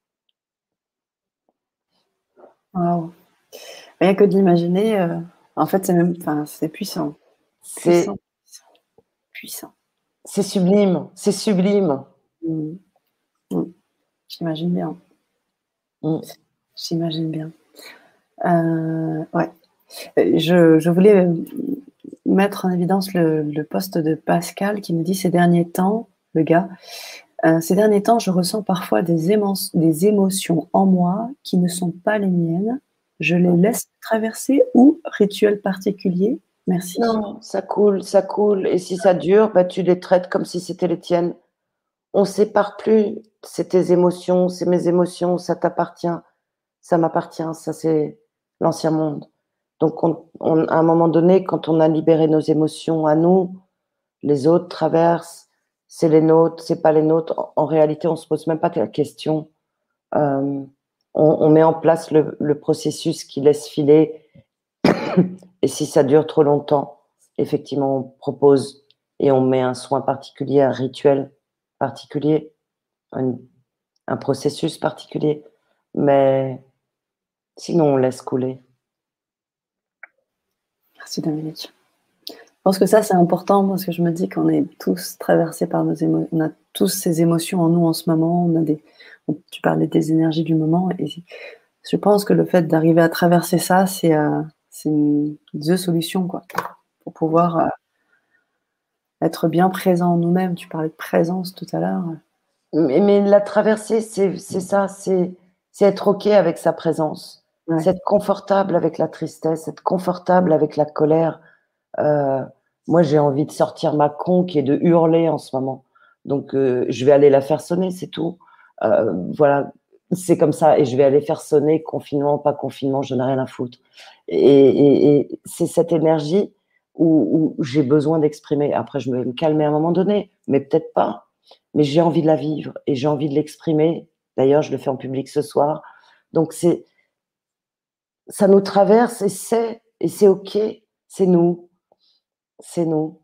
Waouh! Rien que de l'imaginer, heu, en fait, c'est même enfin, c'est puissant, puissant, C'est puissant, puissant. c'est sublime, c'est sublime. Mmh. Mmh. J'imagine bien, Mmh. j'imagine bien. Heu, ouais. Heu, je je voulais, hem, mettre en évidence le le post de Pascal qui me dit: «Ces derniers temps», le gars, heu: «Ces derniers temps, je ressens parfois des émence des émotions en moi qui ne sont pas les miennes. Je les laisse traverser ou rituel particulier? Merci». Non, ça coule, ça coule et si ça dure, bah, tu les traites comme si c'était les tiennes. On sépare plus, c'est tes émotions, c'est mes émotions, ça t'appartient, ça m'appartient, ça c'est l'ancien monde. Donc on on à un moment donné, quand on a libéré nos émotions à nous, les autres traversent, c'est les nôtres, c'est pas les nôtres. En en réalité, on se pose même pas la question. Hem, on on met en place le le processus qui laisse filer et si ça dure trop longtemps, effectivement, on propose et on met un soin particulier, un rituel particulier, un un processus particulier, mais sinon on laisse couler. Merci Dominique. Je pense que ça, c'est important parce que je me dis qu'on est tous traversés par nos émo on a tous ces émotions en nous en ce moment. On a des on tu parlais des énergies du moment et je pense que le fait d'arriver à traverser ça, c'est, heu, c'est une the solution, quoi, pour pouvoir, heu, être bien présent en nous-mêmes. Tu parlais de présence tout à l'heure. Mais mais la traversée, c'est c'est ça, c'est c'est être OK avec sa présence. Ouais. C'est être confortable avec la tristesse, être confortable avec la colère. Heu, moi, j'ai envie de sortir ma conque et de hurler en ce moment. Donc heu, je vais aller la faire sonner, c'est tout. Heu, voilà, c'est comme ça et je vais aller faire sonner confinement, pas confinement, j'en ai rien à foutre. Et et et c'est cette énergie où où j'ai besoin d'exprimer. Après, je vais me calmer à un moment donné, mais peut-être pas. Mais j'ai envie de la vivre et j'ai envie de l'exprimer. D'ailleurs, je le fais en public ce soir. Donc c'est ça nous traverse et c'est et c'est OK, c'est nous, c'est nous.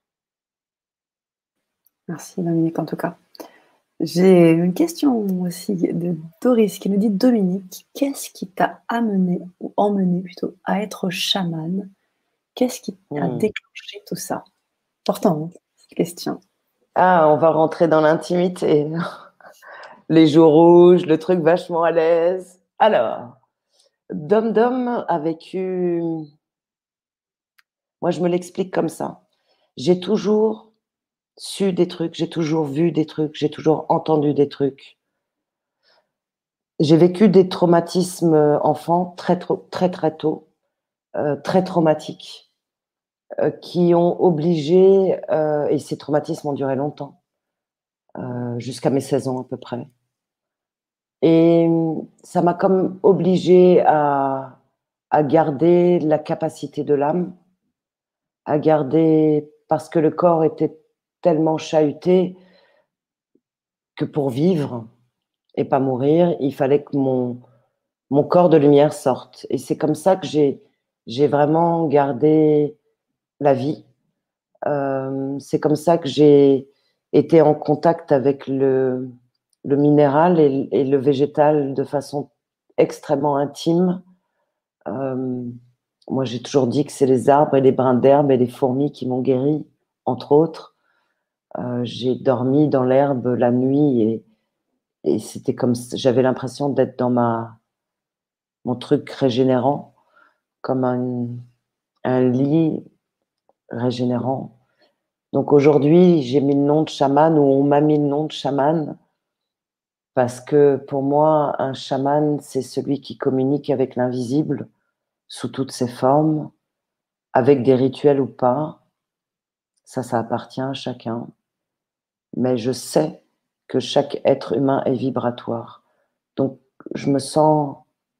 Merci Dominique, en tout cas. J'ai une question aussi de Doris qui nous dit: «Dominique, qu'est-ce qui t'a amené ou emmené plutôt à être chamane? Qu'est-ce qui a Mmh. déclenché tout ça?» Important, hein, cette question. Ah, on va rentrer dans l'intimité. Les joues rouges, le truc vachement à l'aise. Alors, Dom Dom a vécu moi je me l'explique comme ça. J'ai toujours su des trucs, j'ai toujours vu des trucs, j'ai toujours entendu des trucs. J'ai vécu des traumatismes, heu, enfants très trop très, très tôt, heu, très traumatiques, heu, qui ont obligé, heu et ces traumatismes ont duré longtemps, heu, jusqu'à mes seize ans à peu près. Et mmh, ça m'a comme obligée à à garder la capacité de l'âme, à garder parce que le corps était tellement chahuté que pour vivre et pas mourir, il fallait que mon mon corps de lumière sorte et c'est comme ça que j'ai j'ai vraiment gardé la vie. Hem, c'est comme ça que j'ai été en contact avec le le minéral et l et le végétal de façon extrêmement intime. Hem, moi, j'ai toujours dit que c'est les arbres et les brins d'herbe et les fourmis qui m'ont guérie, entre autres. Heu, j'ai dormi dans l'herbe la nuit et et c'était comme s j'avais l'impression d'être dans ma mon truc régénérant, comme un un lit régénérant. Donc aujourd'hui, j'ai mis le nom de chaman ou on m'a mis le nom de chaman parce que pour moi, un chaman, c'est celui qui communique avec l'invisible sous toutes ses formes, avec des rituels ou pas. Ça, ça appartient à chacun. Mais je sais que chaque être humain est vibratoire. Donc je me sens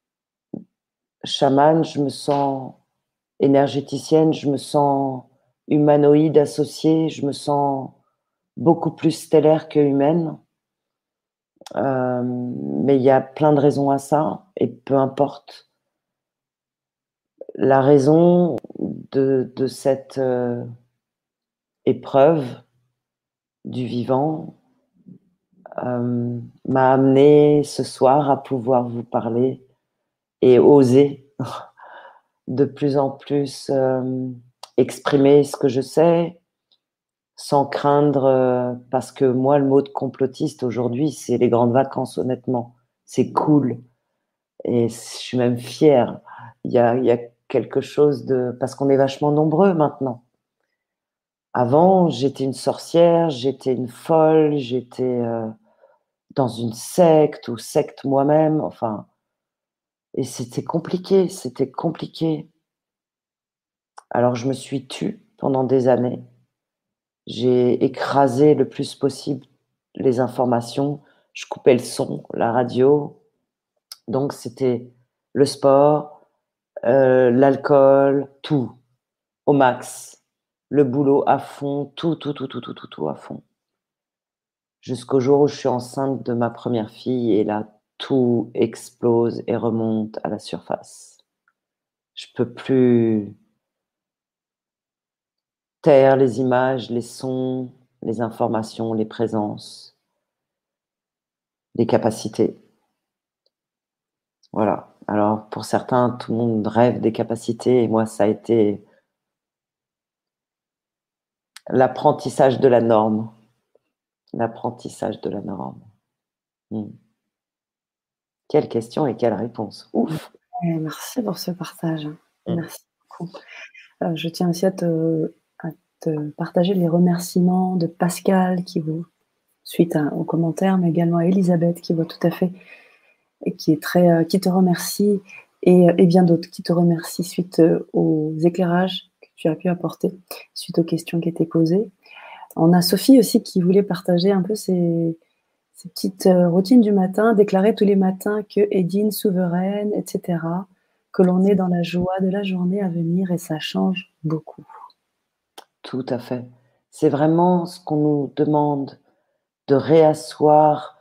chamane, je me sens énergéticienne, je me sens humanoïde associée, je me sens beaucoup plus stellaire que humaine. Hem, mais il y a plein de raisons à ça et peu importe la raison de de cette, heu, épreuve, du vivant euh, m'a amené ce soir à pouvoir vous parler et oser de plus en plus euh, exprimer ce que je sais sans craindre, euh, parce que moi, le mot de complotiste aujourd'hui, c'est les grandes vacances, honnêtement. C'est cool. Et je suis même fière. Il y a, il y a quelque chose de... Parce qu'on est vachement nombreux maintenant. Avant, j'étais une sorcière, j'étais une folle, j'étais euh, dans une secte ou secte moi-même. Enfin, et c'était compliqué, c'était compliqué. Alors, je me suis tue pendant des années. J'ai écrasé le plus possible les informations. Je coupais le son, la radio. Donc, c'était le sport, euh, l'alcool, tout au max. Le boulot à fond, tout, tout, tout, tout, tout, tout, tout à fond. Jusqu'au jour où je suis enceinte de ma première fille et là, tout explose et remonte à la surface. Je peux plus taire les images, les sons, les informations, les présences, les capacités. Voilà. Alors, pour certains, tout le monde rêve des capacités et moi, ça a été l'apprentissage de la norme. L'apprentissage de la norme. Hmm. Quelle question et quelle réponse. Ouf. Merci pour ce partage. Hmm. Merci beaucoup. Euh, je tiens aussi à te, à te partager les remerciements de Pascal qui vous, suite à, aux commentaires, mais également à Elisabeth qui voit tout à fait et qui est très, euh, qui te remercie et, et bien d'autres qui te remercient suite euh, aux éclairages que tu as pu apporter suite aux questions qui étaient posées. On a Sophie aussi qui voulait partager un peu ses, ses petites euh, routines du matin, déclarer tous les matins que Edine souveraine, et cetera, que l'on est dans la joie de la journée à venir et ça change beaucoup. Tout à fait. C'est vraiment ce qu'on nous demande, de réasseoir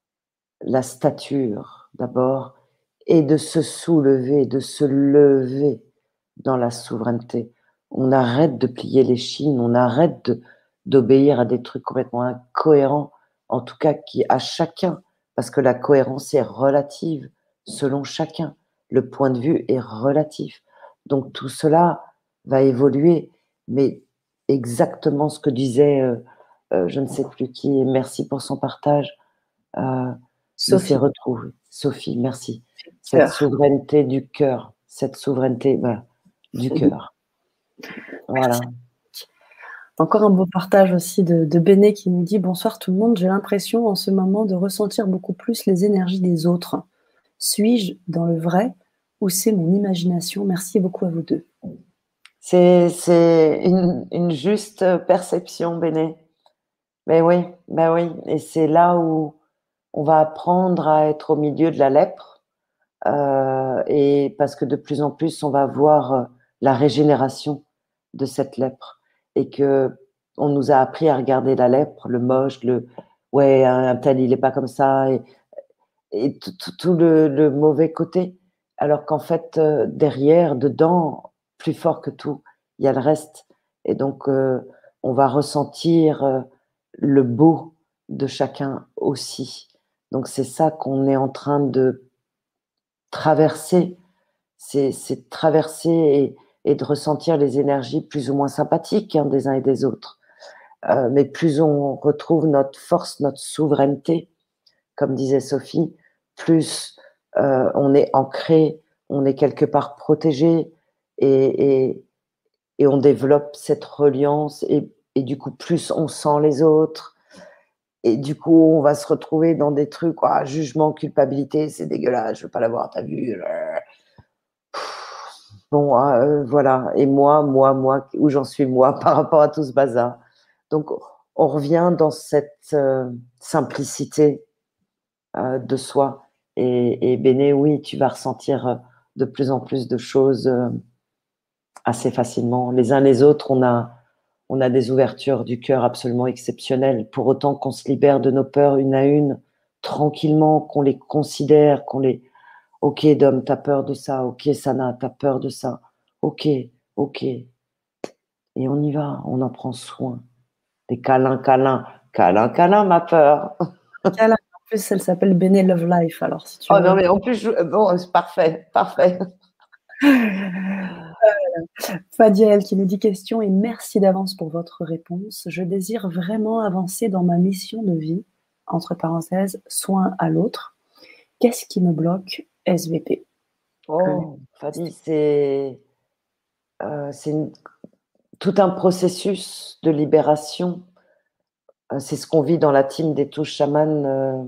la stature d'abord et de se soulever, de se lever dans la souveraineté. On arrête de plier les chines, on arrête de, d'obéir à des trucs complètement incohérents, en tout cas qui à chacun, parce que la cohérence est relative selon chacun. Le point de vue est relatif. Donc tout cela va évoluer, mais exactement ce que disait, euh, euh, je ne sais plus qui, et merci pour son partage, euh, de s'y Sophie, retrouver. Sophie, merci. Cette cœur. souveraineté du cœur, cette souveraineté bah, du cœur. Voilà. Encore un beau partage aussi de, de Béné qui nous dit « Bonsoir tout le monde, j'ai l'impression en ce moment de ressentir beaucoup plus les énergies des autres. Suis-je dans le vrai ou c'est mon imagination? Merci beaucoup à vous deux. » C'est, c'est une, une juste perception, Béné. Mais oui, ben oui. Et c'est là où on va apprendre à être au milieu de la lèpre. Euh, et parce que de plus en plus, on va voir la régénération de cette lèpre. Et que on nous a appris à regarder la lèpre, le moche, le ouais, un tel, il est pas comme ça. Et, et tout, tout, tout le, le mauvais côté. Alors qu'en fait, euh, derrière, dedans, plus fort que tout, il y a le reste. Et donc, euh, on va ressentir euh, le beau de chacun aussi. Donc, c'est ça qu'on est en train de traverser. C'est, c'est traverser et, et de ressentir les énergies plus ou moins sympathiques hein, des uns et des autres. Euh, mais plus on retrouve notre force, notre souveraineté, comme disait Sophie, plus euh, on est ancré, on est quelque part protégé et, et, et on développe cette reliance et, et du coup, plus on sent les autres et du coup, on va se retrouver dans des trucs, ah, jugement, culpabilité, c'est dégueulasse, je veux pas l'avoir, t'as vu. Bon, euh, voilà. Et moi, moi, moi, où j'en suis moi par rapport à tout ce bazar. Donc, on revient dans cette euh, simplicité euh, de soi. Et, et Béné, oui, tu vas ressentir euh, de plus en plus de choses euh, assez facilement. Les uns les autres, on a, on a des ouvertures du cœur absolument exceptionnelles. Pour autant qu'on se libère de nos peurs une à une, tranquillement, qu'on les considère, qu'on les... Ok, Dom, t'as peur de ça. Ok, Sana, t'as peur de ça. Ok, ok. Et on y va, on en prend soin. Des câlins, câlins, Câlin, câlin, ma peur. Câlin. En plus, elle s'appelle Béné Love Life, alors si tu Oh veux. non, mais en plus, je... bon, c'est parfait, parfait. Fadiel qui nous dit question et merci d'avance pour votre réponse. Je désire vraiment avancer dans ma mission de vie, entre parenthèses, soin à l'autre. Qu'est-ce qui me bloque? S V P. Oh, Fadi, c'est euh, c'est une... tout un processus de libération. Euh, c'est ce qu'on vit dans la team des touches chamanes. Euh,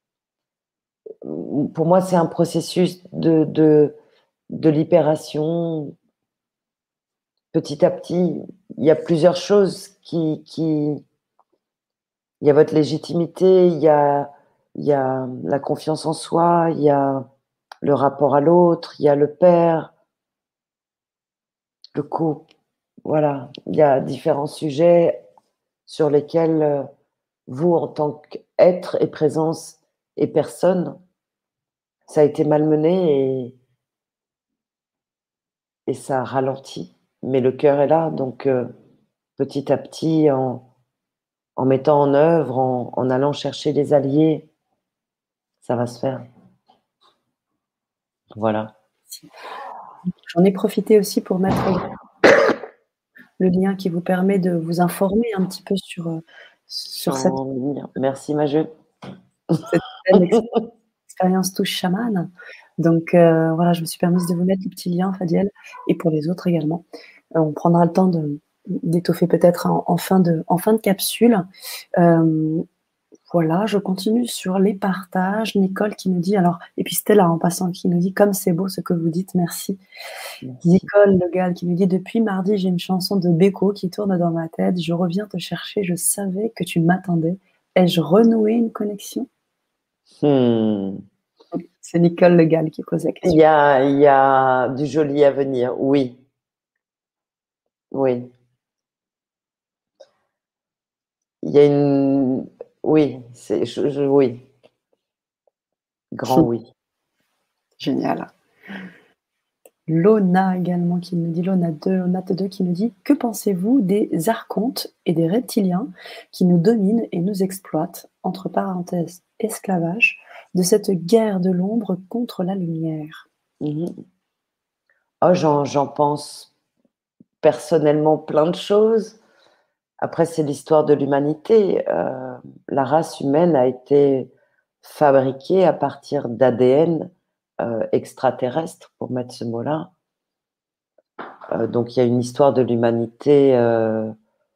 pour moi, c'est un processus de, de, de libération. Petit à petit, il y a plusieurs choses qui, qui... Il y a votre légitimité, il y a, il y a la confiance en soi, il y a le rapport à l'autre, il y a le père, le couple. Voilà, il y a différents sujets sur lesquels euh, vous, en tant qu'être et présence et personne, ça a été malmené et, et ça ralentit. Mais le cœur est là, donc euh, petit à petit, en, en mettant en œuvre, en, en allant chercher des alliés, ça va se faire. Voilà. J'en ai profité aussi pour mettre le lien qui vous permet de vous informer un petit peu sur, sur cette... Merci Majeux. cette expérience touche chamane. Donc euh, voilà, je me suis permise de vous mettre le petit lien, Fadiel, et pour les autres également. Euh, on prendra le temps de, d'étoffer peut-être en, en, fin de, en fin de capsule. Euh, Voilà, je continue sur les partages. Nicole qui nous dit, alors, et puis Stella en passant qui nous dit, comme c'est beau ce que vous dites, merci. merci. Nicole Le Gall qui nous dit, depuis mardi, j'ai une chanson de Beko qui tourne dans ma tête. Je reviens te chercher, je savais que tu m'attendais. Ai-je renoué une connexion? hmm. C'est Nicole Le Gall qui pose la question. Il y a, il y a du joli à venir, oui. Oui. Il y a une... Oui, c'est, je, je, oui. Grand oui. Génial. Lona également qui nous dit, Lona deux, Lona deux qui nous dit, que pensez-vous des archontes et des reptiliens qui nous dominent et nous exploitent, entre parenthèses, esclavage, de cette guerre de l'ombre contre la lumière? Mmh. Oh, j'en, j'en pense personnellement plein de choses. Après, c'est l'histoire de l'humanité. Euh, la race humaine a été fabriquée à partir d'A D N euh, extraterrestre, pour mettre ce mot-là. Euh, donc, il y a une histoire de l'humanité euh,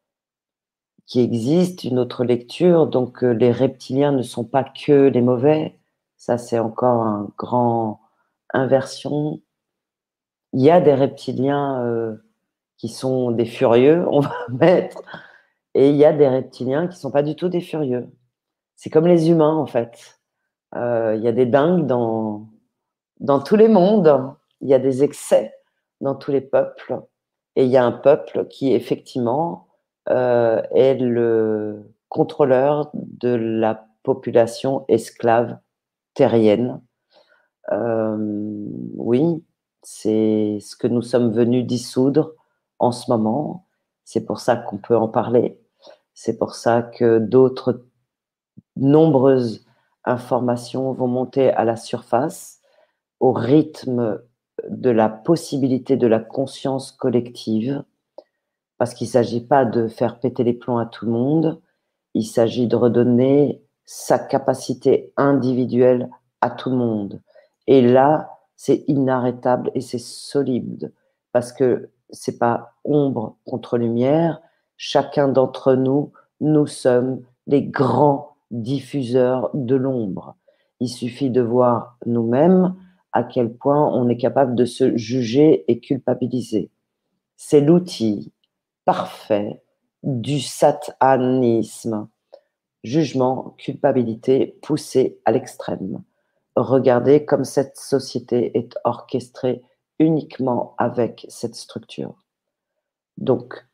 qui existe, une autre lecture. Donc, euh, les reptiliens ne sont pas que les mauvais. Ça, c'est encore un grand inversion. Il y a des reptiliens euh, qui sont des furieux, on va mettre, et il y a des reptiliens qui ne sont pas du tout des furieux. C'est comme les humains, en fait. Euh, il y a des dingues dans, dans tous les mondes. Il y a des excès dans tous les peuples. Et il y a un peuple qui, effectivement, euh, est le contrôleur de la population esclave terrienne. Euh, oui, c'est ce que nous sommes venus dissoudre en ce moment. C'est pour ça qu'on peut en parler. C'est pour ça que d'autres nombreuses informations vont monter à la surface au rythme de la possibilité de la conscience collective, parce qu'il ne s'agit pas de faire péter les plombs à tout le monde, il s'agit de redonner sa capacité individuelle à tout le monde. Et là, c'est inarrêtable et c'est solide, parce que ce n'est pas ombre contre lumière. Chacun d'entre nous, nous sommes les grands diffuseurs de l'ombre. Il suffit de voir nous-mêmes à quel point on est capable de se juger et culpabiliser. C'est l'outil parfait du satanisme. Jugement, culpabilité poussée à l'extrême. Regardez comme cette société est orchestrée uniquement avec cette structure. Donc,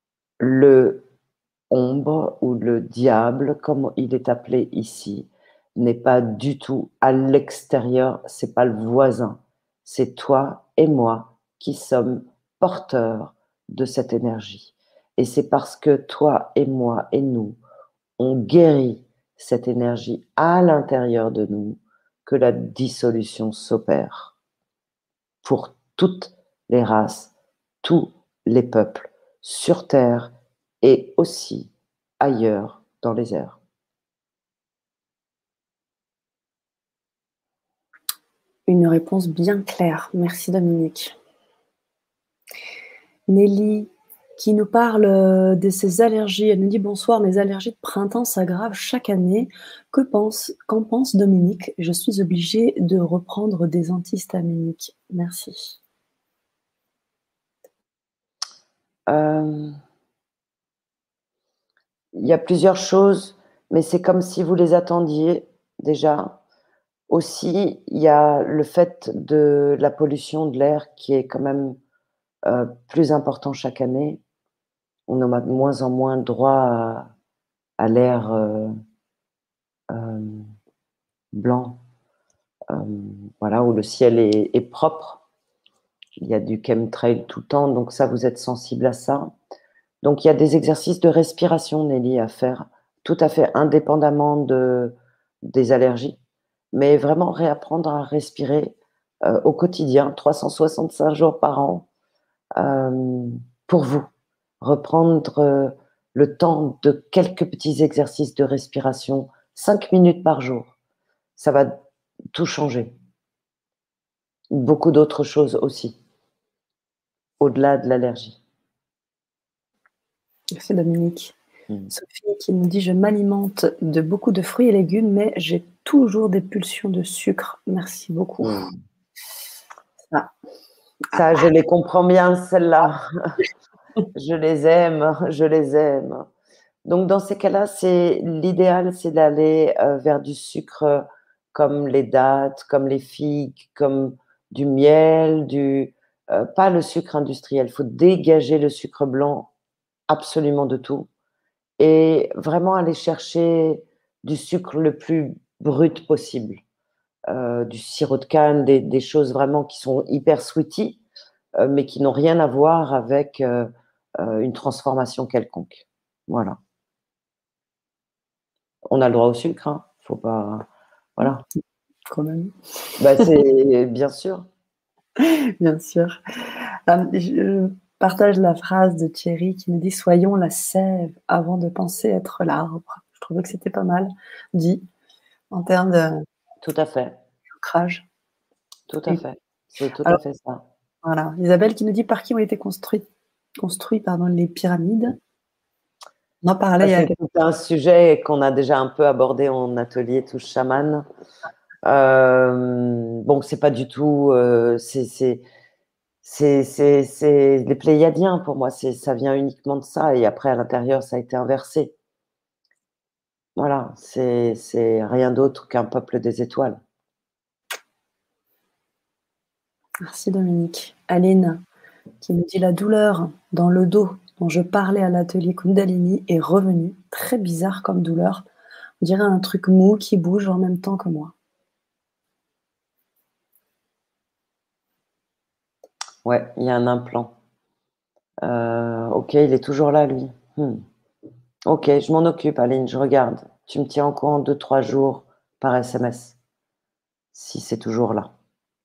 le ombre ou le diable, comme il est appelé ici, n'est pas du tout à l'extérieur, c'est pas le voisin, c'est toi et moi qui sommes porteurs de cette énergie. Et c'est parce que toi et moi et nous, on guérit cette énergie à l'intérieur de nous, que la dissolution s'opère pour toutes les races, tous les peuples, sur Terre et aussi ailleurs dans les airs. Une réponse bien claire. Merci Dominique. Nelly, qui nous parle de ses allergies. Elle nous dit « Bonsoir, mes allergies de printemps s'aggravent chaque année. Que pense, qu'en pense Dominique? Je suis obligée de reprendre des antihistaminiques. Merci. » Euh, il y a plusieurs choses, mais c'est comme si vous les attendiez déjà. Aussi, il y a le fait de la pollution de l'air qui est quand même euh, plus important chaque année. On a de moins en moins droit à, à l'air euh, euh, blanc, euh, voilà, où le ciel est, est propre. Il y a du chemtrail tout le temps, donc ça, vous êtes sensible à ça. Donc, il y a des exercices de respiration, Nelly, à faire, tout à fait indépendamment de, des allergies, mais vraiment réapprendre à respirer euh, au quotidien, trois cent soixante-cinq jours par an, euh, pour vous. Reprendre euh, le temps de quelques petits exercices de respiration, cinq minutes par jour. Ça va tout changer. Beaucoup d'autres choses aussi, au-delà de l'allergie. Merci Dominique. Mmh. Sophie qui nous dit « Je m'alimente de beaucoup de fruits et légumes, mais j'ai toujours des pulsions de sucre. Merci beaucoup. Mmh. » Ça. Ça, je les comprends bien, celles-là. Je les aime, je les aime. Donc, dans ces cas-là, c'est l'idéal, c'est d'aller euh, vers du sucre comme les dattes, comme les figues, comme du miel, du euh, pas le sucre industriel. Il faut dégager le sucre blanc absolument de tout et vraiment aller chercher du sucre le plus brut possible, euh, du sirop de canne, des, des choses vraiment qui sont hyper sweeties, euh, mais qui n'ont rien à voir avec euh, euh, une transformation quelconque. Voilà. On a le droit au sucre, hein. Faut pas, voilà. Quand même. Bah, c'est bien sûr. Bien sûr. Euh, je partage la phrase de Thierry qui nous dit « Soyons la sève avant de penser être l'arbre ». Je trouvais que c'était pas mal dit en termes de tout à fait ancrage. Tout à fait. C'est tout Alors, à fait ça. Voilà. Isabelle qui nous dit « Par qui ont été construits, construits pardon, les pyramides ?» On en parlait. Ça, c'est un sujet qu'on a déjà un peu abordé en atelier Touche Chamane. Euh, bon, c'est pas du tout. Euh, c'est les Pléiadiens pour moi. Ça vient uniquement de ça. Et après, à l'intérieur, ça a été inversé. Voilà. C'est rien d'autre qu'un peuple des étoiles. Merci Dominique. Aline qui nous dit « La douleur dans le dos dont je parlais à l'atelier Kundalini est revenue. Très bizarre comme douleur. On dirait un truc mou qui bouge en même temps que moi. » Ouais, il y a un implant. Euh, ok, il est toujours là, lui. Hmm. Ok, je m'en occupe, Aline, je regarde. Tu me tiens au courant deux, trois jours par S M S, si c'est toujours là.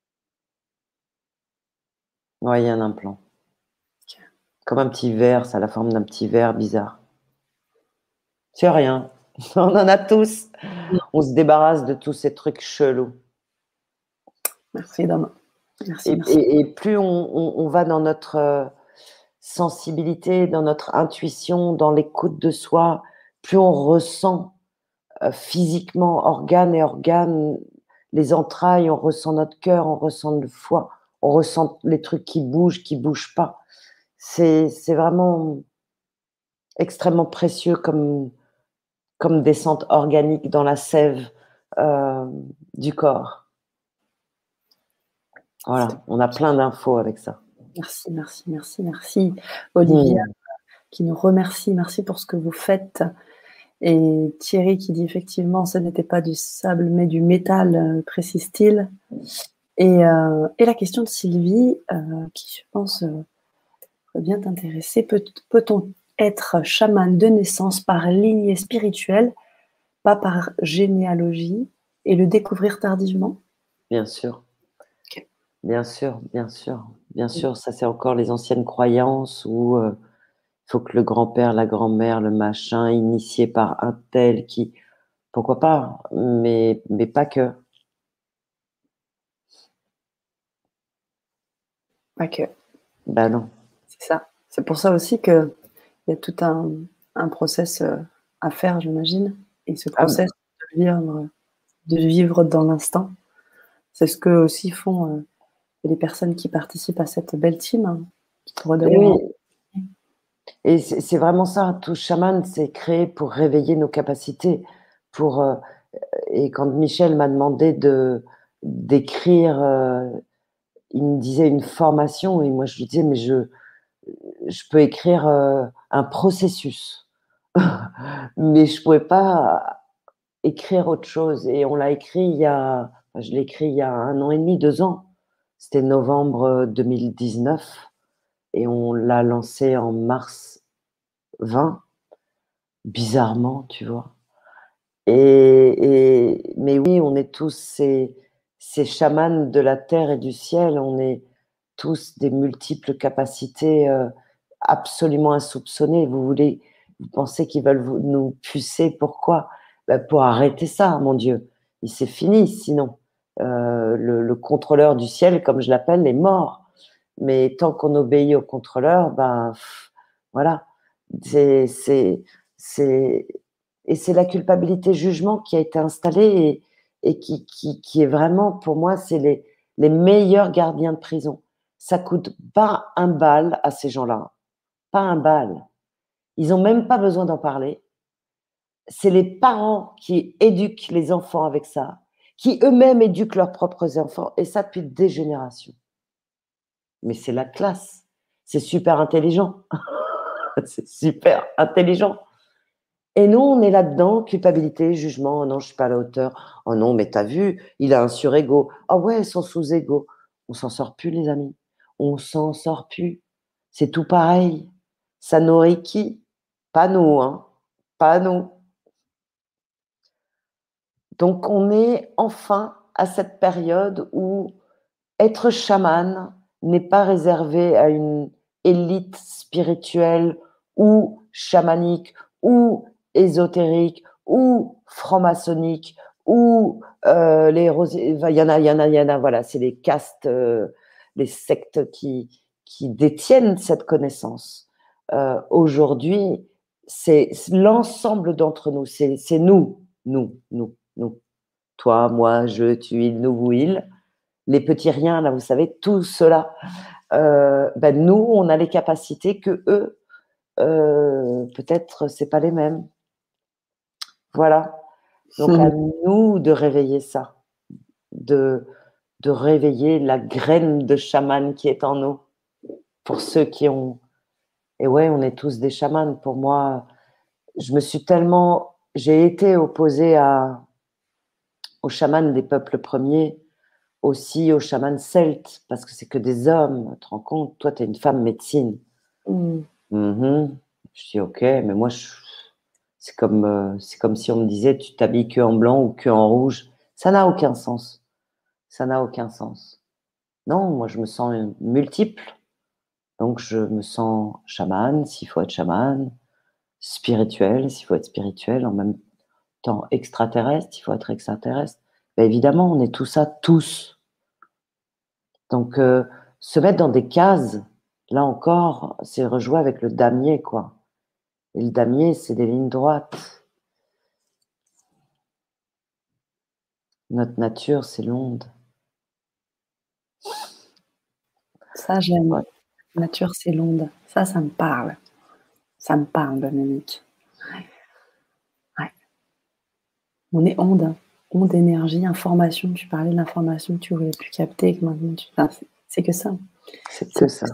Ouais, il y a un implant. Okay. Comme un petit verre, ça a la forme d'un petit verre bizarre. C'est rien. On en a tous. On se débarrasse de tous ces trucs chelous. Merci, Dame. Merci, et, merci. Et, et plus on, on, on va dans notre euh, sensibilité, dans notre intuition, dans l'écoute de soi, plus on ressent euh, physiquement, organe et organe, les entrailles, on ressent notre cœur, on ressent le foie, on ressent les trucs qui bougent, qui bougent pas. C'est vraiment extrêmement précieux comme, comme descente organique dans la sève euh, du corps. Voilà, on a plein d'infos avec ça. Merci, merci, merci, merci. Olivia mmh. qui nous remercie, merci pour ce que vous faites. Et Thierry qui dit effectivement, ce n'était pas du sable, mais du métal, euh, précise-t-il. Et, euh, et la question de Sylvie, euh, qui je pense euh, peut bien t'intéresser. Peut, peut-on être chaman de naissance par lignée spirituelle, pas par généalogie, et le découvrir tardivement? Bien sûr. OK. Bien sûr, bien sûr, bien Mmh. sûr. Ça, c'est encore les anciennes croyances où, heu, il faut que le grand-père, la grand-mère, le machin, initié par un tel qui pourquoi pas, mais mais pas que. Pas que. Bah, non. C'est ça. C'est pour ça aussi qu'il y a tout un un process, heu, à faire, j'imagine, et ce Ah process bah, de vivre de vivre dans l'instant, c'est ce qu'eux aussi font, heu, les personnes qui participent à cette belle team, hein, qui pourraient d'ailleurs en oui et c'est c'est vraiment ça, tout chaman, c'est créé pour réveiller nos capacités, pour, heu et quand Michel m'a demandé de d'écrire, heu, il me disait une formation et moi je lui disais: «Mais je je peux écrire, heu, un processus». Mais je pouvais pas écrire autre chose et on l'a écrit il y a enfin, je l'ai écrit il y a un an et demi, deux ans. C'était novembre deux mille dix-neuf et on l'a lancé en mars vingt, bizarrement, tu vois? Et et mais oui, on est tous ces ces chamans de la terre et du ciel. On est tous des multiples capacités, heu, absolument insoupçonnées. Vous voulez vous pensez qu'ils veulent vous nous pucer, pourquoi? Bah, pour arrêter ça, mon Dieu. Et c'est fini sinon. Heu, le le contrôleur du ciel, comme je l'appelle, est mort. Mais tant qu'on obéit au contrôleur, ben, voilà. C'est c'est c'est et c'est la culpabilité jugement qui a été installée et et qui qui qui est vraiment pour moi, c'est les les meilleurs gardiens de prison. Ça coûte pas un bal à ces gens-là, pas un bal. Ils ont même pas besoin d'en parler. C'est les parents qui éduquent les enfants avec ça, qui eux-mêmes éduquent leurs propres enfants et ça depuis des générations. Mais c'est la classe. C'est super intelligent. C'est super intelligent. Et nous, on est là-dedans, culpabilité, jugement, oh non, je suis pas à la hauteur. Oh non, mais tu as vu, il a un surego. Ah ouais, son sous-ego. On s'en sort plus, les amis. On s'en sort plus. C'est tout pareil. Ça nourrit qui? Pas nous, hein. Pas nous. Donc, on est enfin à cette période où être chaman n'est pas réservé à une élite spirituelle ou chamanique ou ésotérique ou franc-maçonnique ou euh, les rosiers. Il y en a, il y en a, il y en a. Voilà, c'est les castes, euh, les sectes qui qui détiennent cette connaissance. Euh, aujourd'hui, c'est l'ensemble d'entre nous. C'est c'est nous, nous, nous, nous. Toi, moi, je, tu, il, nous, vous, il les petits riens, là, vous savez, tout cela, euh, ben nous, on a les capacités que eux, euh, peut-être, c'est pas les mêmes. Voilà. Donc, à nous de réveiller ça, de, de réveiller la graine de chaman qui est en nous. Pour ceux qui ont. Et ouais, on est tous des chamans. Pour moi, je me suis tellement. J'ai été opposée à, aux chamans des peuples premiers aussi aux chamans celtes, parce que c'est que des hommes, tu te rends compte, toi, tu es une femme médecine. Mmh. Mm-hmm. Je dis, ok, mais moi, je... c'est comme, euh, c'est comme si on me disait, tu t'habilles que en blanc ou que en rouge. Ça n'a aucun sens. Ça n'a aucun sens. Non, moi, je me sens multiple. Donc, je me sens chaman, s'il faut être chaman, spirituel, s'il faut être spirituel, en même temps extraterrestre, s'il faut être extraterrestre. Ben, évidemment, on est tout ça, tous. Donc, euh, se mettre dans des cases, là encore, c'est rejouer avec le damier, quoi. Et le damier, c'est des lignes droites. Notre nature, c'est l'onde. Ça, j'aime. Ouais. Nature, c'est l'onde. Ça, ça me parle. Ça me parle, Dominique. Ouais. Ouais. On est onde, hein. Onde, énergie, information. Tu parlais de l'information que tu voulais plus capter, que maintenant tu. Enfin, c'est que ça. C'est C'est que ça.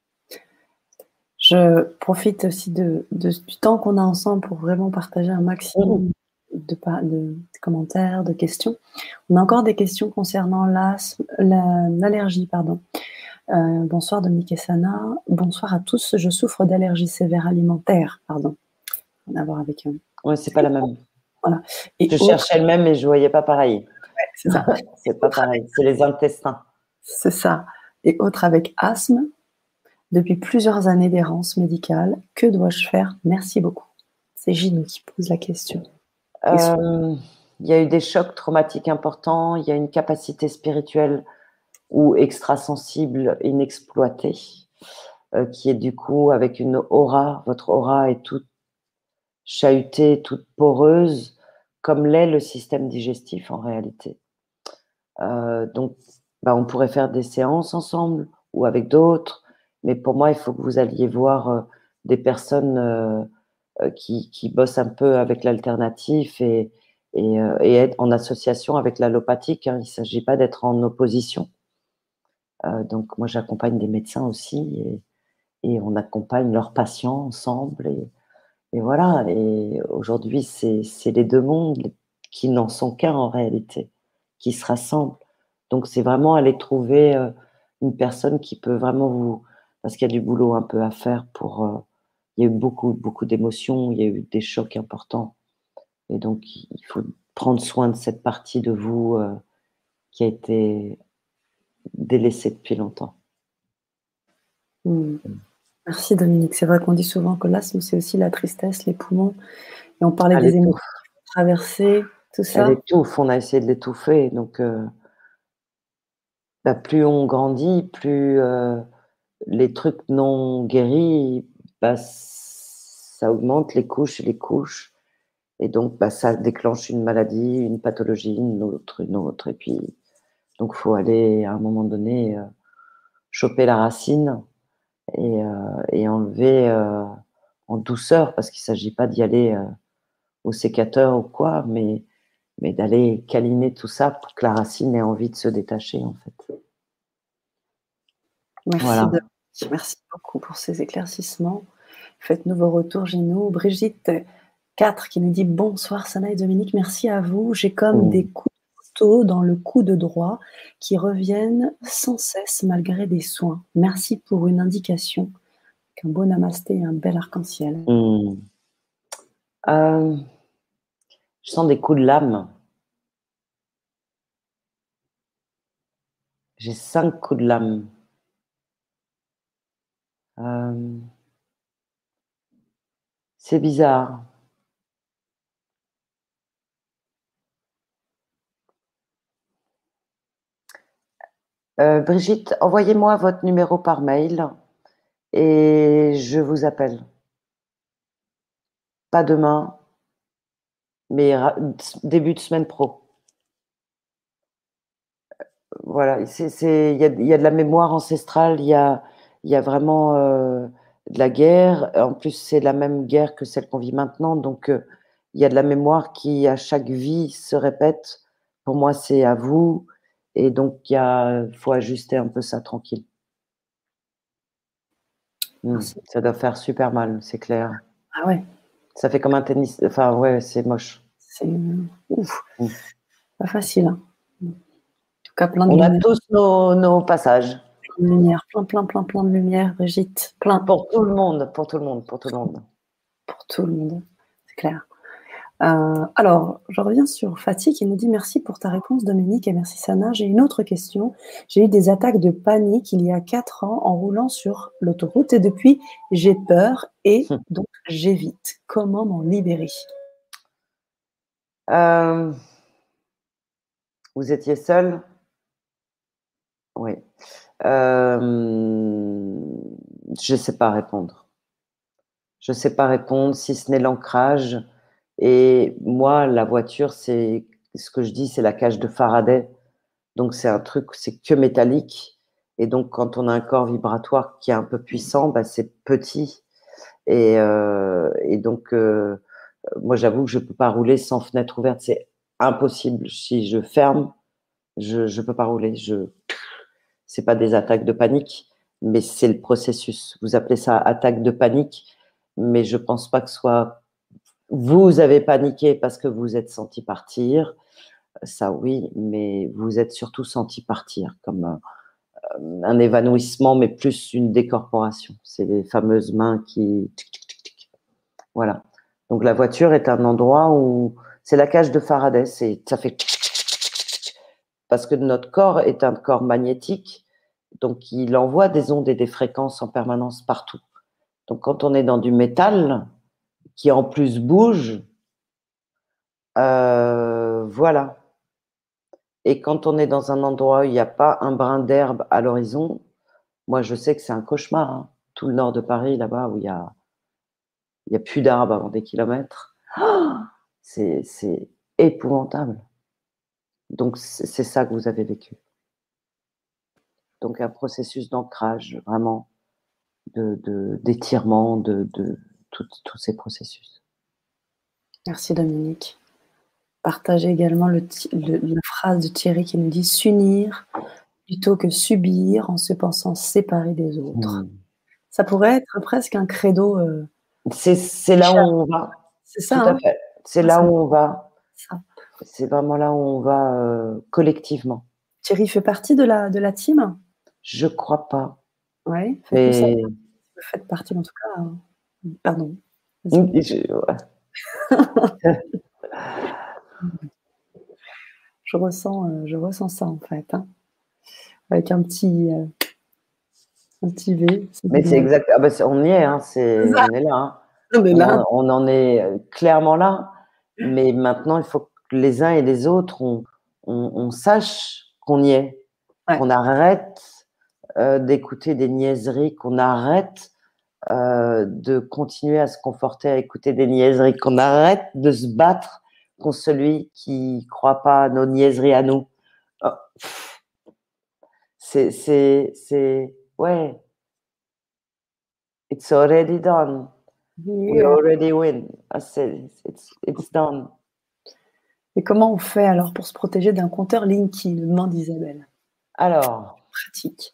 Je profite aussi de, de- du temps qu'on a ensemble pour vraiment partager un Mmh. maximum de, pa- de- de commentaires, de questions. On a encore des questions concernant l'asthme, la- l'allergie, pardon. Euh, bonsoir Dominique et Sana. Bonsoir à tous. Je souffre d'allergies sévères alimentaires. Pardon. On a à voir avec eux. Oui, c'est pas la même. Voilà. Et je autre... cherchais le même, mais je voyais pas pareil. Ouais, c'est ça. C'est pas pareil. C'est les intestins. C'est ça. Et autre avec asthme. Depuis plusieurs années d'errance médicale, que dois-je faire? Merci beaucoup. C'est Gino qui pose la question. Euh, il y a eu des chocs traumatiques importants, il y a une capacité spirituelle ou extrasensible inexploitée, euh, qui est du coup avec une aura, votre aura est toute chahutée, toute poreuse, comme l'est le système digestif en réalité. Euh, donc, bah, on pourrait faire des séances ensemble ou avec d'autres, mais pour moi, il faut que vous alliez voir euh, des personnes euh, euh, qui, qui bossent un peu avec l'alternatif et, et, euh, et être en association avec l'allopathique. Hein. Il ne s'agit pas d'être en opposition. Euh, donc, moi, j'accompagne des médecins aussi et, et on accompagne leurs patients ensemble. Et, et voilà. Et aujourd'hui, c'est, c'est les deux mondes qui n'en sont qu'un en réalité, qui se rassemblent. Donc, c'est vraiment aller trouver euh, une personne qui peut vraiment vous... Parce qu'il y a du boulot un peu à faire pour... Euh, il y a eu beaucoup, beaucoup d'émotions, il y a eu des chocs importants. Et donc, il faut prendre soin de cette partie de vous euh, qui a été délaissée depuis longtemps. Mmh. Merci Dominique. C'est vrai qu'on dit souvent que l'asthme, c'est aussi la tristesse, les poumons. Et on parlait Elle des émotions traversées, tout ça. Elle étouffe, on a essayé de l'étouffer. Donc, euh, bah, plus on grandit, plus euh, les trucs non guéris, bah, ça augmente les couches et les couches. Et donc, bah, ça déclenche une maladie, une pathologie, une autre, une autre. Et puis, donc, il faut aller, à un moment donné, euh, choper la racine et, euh, et enlever euh, en douceur, parce qu'il ne s'agit pas d'y aller euh, au sécateur ou quoi, mais, mais d'aller câliner tout ça pour que la racine ait envie de se détacher, en fait. Merci, voilà. de... Merci beaucoup pour ces éclaircissements. Faites-nous vos retours, Gino. Brigitte quatre qui nous dit bonsoir Sana et Dominique, merci à vous. J'ai comme mmh. des coups de couteau dans le coude droit qui reviennent sans cesse malgré des soins. Merci pour une indication. Un beau namasté et un bel arc-en-ciel. Mmh. Euh, je sens des coups de lame. J'ai cinq coups de lame. Euh, c'est bizarre. Euh, Brigitte, envoyez-moi votre numéro par mail et je vous appelle. Pas demain, mais début de semaine pro. Voilà, c'est, c'est, il y a, il y a de la mémoire ancestrale, il y a, il y a vraiment euh, de la guerre. En plus, c'est la même guerre que celle qu'on vit maintenant, donc euh, il y a de la mémoire qui, à chaque vie, se répète. Pour moi, c'est à vous, et donc il y a, faut ajuster un peu ça tranquille. Mmh, ça doit faire super mal, c'est clair. Ah ouais. Ça fait comme un tennis. Enfin, ouais, c'est moche. C'est ouf. Mmh. Pas facile. Hein. En tout cas, plein de On lumière. a tous nos, nos passages. Plein de lumière, plein, plein, plein, plein de lumière, Brigitte. Plein. Pour tout le monde, pour tout le monde, pour tout le monde. Pour tout le monde, c'est clair. Euh, alors, je reviens sur Fatih qui nous dit merci pour ta réponse Dominique et merci Sana. J'ai une autre question. J'ai eu des attaques de panique il y a quatre ans en roulant sur l'autoroute et depuis j'ai peur et donc j'évite. Comment m'en libérer? euh, Vous étiez seul? Oui. Euh, je ne sais pas répondre. Je ne sais pas répondre si ce n'est l'ancrage. Et moi, la voiture, c'est ce que je dis, c'est la cage de Faraday. Donc, c'est un truc, c'est que métallique. Et donc, quand on a un corps vibratoire qui est un peu puissant, bah, c'est petit. Et, euh, et donc, euh, moi, j'avoue que je ne peux pas rouler sans fenêtre ouverte. C'est impossible. Si je ferme, je ne peux pas rouler. Je... Ce n'est pas des attaques de panique, mais c'est le processus. Vous appelez ça attaque de panique, mais je ne pense pas que ce soit... Vous avez paniqué parce que vous vous êtes senti partir. Ça, oui, mais vous êtes surtout senti partir, comme un évanouissement, mais plus une décorporation. C'est les fameuses mains qui... Tic, tic, tic, tic. Voilà. Donc la voiture est un endroit où... C'est la cage de Faraday. Ça fait... Tic, tic, tic, tic, tic, parce que notre corps est un corps magnétique, donc il envoie des ondes et des fréquences en permanence partout. Donc quand on est dans du métal, qui en plus bouge, euh, voilà. Et quand on est dans un endroit où il n'y a pas un brin d'herbe à l'horizon, moi je sais que c'est un cauchemar. Hein. Tout le nord de Paris, là-bas, où il n'y a, il y a plus d'arbres avant des kilomètres, oh, c'est, c'est épouvantable. Donc c'est, c'est ça que vous avez vécu. Donc un processus d'ancrage, vraiment, de, de, d'étirement de, de tous ces processus. Merci Dominique. Partagez également le, le, la phrase de Thierry qui nous dit « s'unir plutôt que subir en se pensant séparés des autres mmh. ». Ça pourrait être presque un credo. Euh, c'est, c'est là où on va. C'est ça. Tout hein à fait. C'est ça, là ça où on va. Ça. C'est vraiment là où on va euh, collectivement. Thierry fait partie de la, de la team? Je crois pas. Oui, faites-nous Mais... ça. Vous faites partie en tout cas. Hein. Pardon. Je... Ouais. je, ressens, euh, je ressens ça en fait. Hein. Avec un petit, euh, un petit V. Mais c'est exact. Ah bah, on y est. Hein. C'est... On est là. Hein. On, est là. On, on en est clairement là. Mais maintenant, il faut que les uns et les autres, on, on, on sache qu'on y est. Ouais. Qu'on arrête euh, d'écouter des niaiseries, qu'on arrête euh, de continuer à se conforter à écouter des niaiseries, qu'on arrête de se battre contre celui qui ne croit pas à nos niaiseries à nous. Oh. C'est, c'est, c'est, ouais. It's already done. Yeah. We already win. I said, it's, it's done. Et comment on fait alors pour se protéger d'un compteur Linky, me demande Isabelle? Alors. Pratique.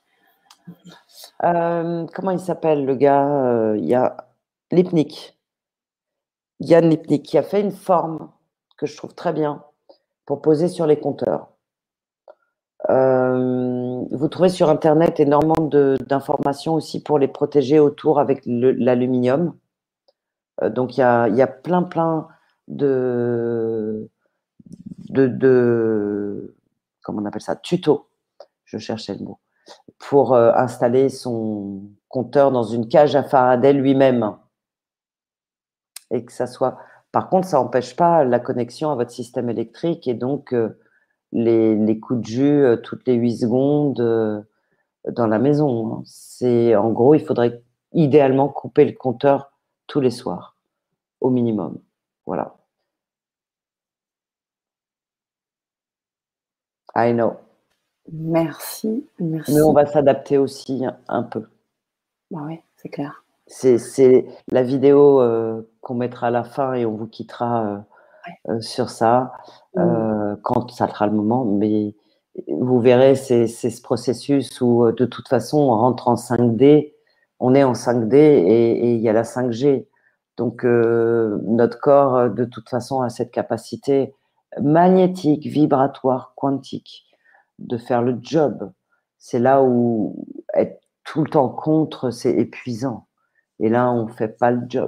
Euh, comment il s'appelle le gars? Il y a Lipnik. Yann Lipnik qui a fait une forme que je trouve très bien pour poser sur les compteurs. Euh, vous trouvez sur Internet énormément de, d'informations aussi pour les protéger autour avec le, l'aluminium. Euh, donc, il y a, y a plein, plein de, de, de, comment on appelle ça, tutos, je cherchais le mot, pour euh, installer son compteur dans une cage à Faraday lui-même. Et que ça soit... Par contre, ça n'empêche pas la connexion à votre système électrique et donc... Euh, Les, les coups de jus euh, toutes les huit secondes euh, dans la maison. Hein. C'est, en gros, il faudrait idéalement couper le compteur tous les soirs, au minimum. Voilà. I know. Merci, merci. Mais on va s'adapter aussi un, un peu. Bah oui, c'est clair. C'est, c'est la vidéo euh, qu'on mettra à la fin et on vous quittera euh, ouais. euh, sur ça euh, mmh. quand ça sera le moment. Mais vous verrez, c'est, c'est ce processus où de toute façon on rentre en cinq D, on est en cinq D et il y a la cinq G. Donc euh, notre corps de toute façon a cette capacité magnétique, vibratoire, quantique de faire le job. C'est là où être tout le temps contre, c'est épuisant. Et là, on ne fait pas le job.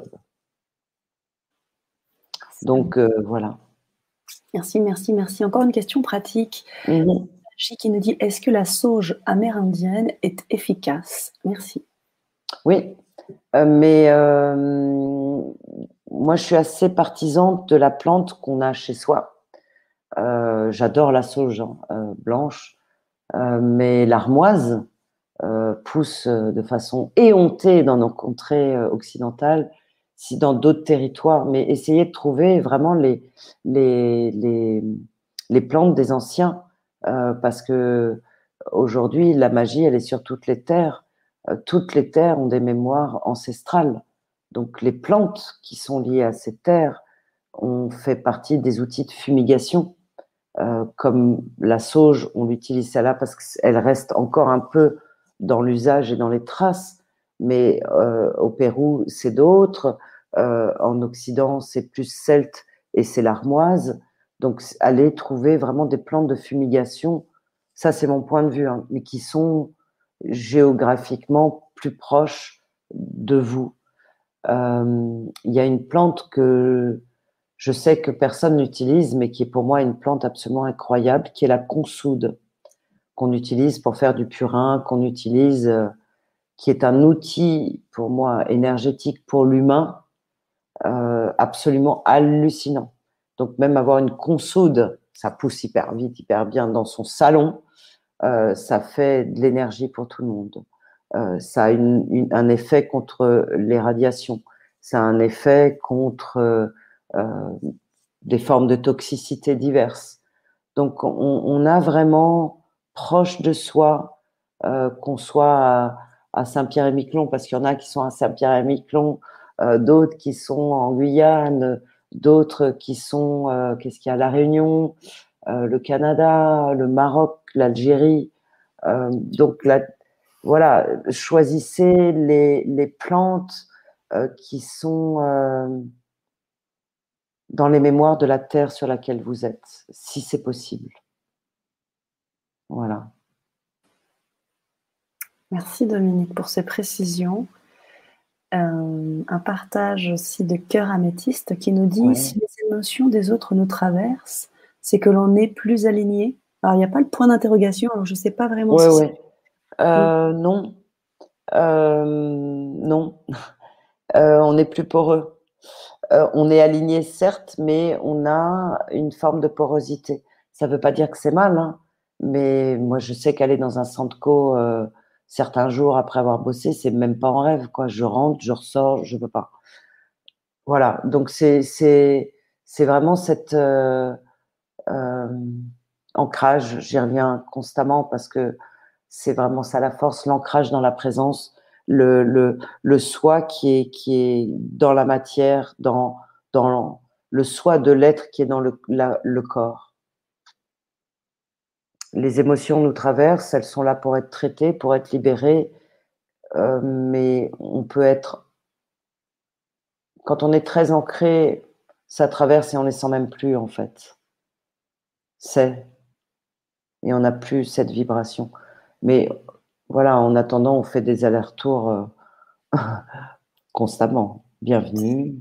Donc, euh, voilà. Merci, merci, merci. Encore une question pratique. Mm-hmm. Qui nous dit, est-ce que la sauge amérindienne est efficace? Merci. Oui, euh, mais euh, moi, je suis assez partisane de la plante qu'on a chez soi. Euh, j'adore la sauge hein, euh, blanche, euh, mais l'armoise euh, pousse de façon éhontée dans nos contrées occidentales, si dans d'autres territoires, mais essayez de trouver vraiment les, les, les, les plantes des anciens, euh, parce que aujourd'hui, la magie, elle est sur toutes les terres. Euh, toutes les terres ont des mémoires ancestrales. Donc, les plantes qui sont liées à ces terres ont fait partie des outils de fumigation. Euh, comme la sauge, on l'utilise celle-là parce qu'elle reste encore un peu dans l'usage et dans les traces, mais euh, au Pérou, c'est d'autres. Euh, en Occident, c'est plus celte et c'est l'armoise. Donc, aller trouver vraiment des plantes de fumigation, ça, c'est mon point de vue, hein, mais qui sont géographiquement plus proche de vous. Euh, il y a une plante que je sais que personne n'utilise, mais qui est pour moi une plante absolument incroyable, qui est la consoude, qu'on utilise pour faire du purin, qu'on utilise, euh, qui est un outil pour moi énergétique pour l'humain, euh, absolument hallucinant. Donc même avoir une consoude, ça pousse hyper vite, hyper bien dans son salon, euh, ça fait de l'énergie pour tout le monde. Euh, ça a une, une, un effet contre les radiations, ça a un effet contre euh, des formes de toxicité diverses. Donc on, on a vraiment proche de soi, euh, qu'on soit à, à Saint-Pierre-et-Miquelon, parce qu'il y en a qui sont à Saint-Pierre-et-Miquelon, euh, d'autres qui sont en Guyane, d'autres qui sont, euh, qu'est-ce qu'il y a, La Réunion, euh, le Canada, le Maroc, l'Algérie. Euh, donc là, voilà, choisissez les, les plantes euh, qui sont euh, dans les mémoires de la terre sur laquelle vous êtes, si c'est possible. Voilà. Merci Dominique pour ces précisions. Euh, un partage aussi de Cœur Améthyste qui nous dit Ouais. si les émotions des autres nous traversent, c'est que l'on est plus aligné. Alors il n'y a pas le point d'interrogation, alors je ne sais pas vraiment Ouais, si ouais. Euh, non, euh, non. Euh, on n'est plus poreux. Euh, on est aligné, certes, mais on a une forme de porosité. Ça ne veut pas dire que c'est mal, hein, mais moi, je sais qu'aller dans un centre co euh, certains jours après avoir bossé, c'est même pas en rêve, quoi. Je rentre, je ressors, je veux pas. Voilà. Donc c'est c'est c'est vraiment cette euh, euh, ancrage. J'y reviens constamment parce que c'est vraiment ça la force, l'ancrage dans la présence, le, le, le soi qui est, qui est dans la matière, dans, dans le soi de l'être qui est dans le, la, le corps. Les émotions nous traversent, elles sont là pour être traitées, pour être libérées, euh, mais on peut être, quand on est très ancré, ça traverse et on ne les sent même plus en fait. C'est, et on n'a plus cette vibration. Mais voilà, en attendant, on fait des allers-retours euh, constamment. Bienvenue.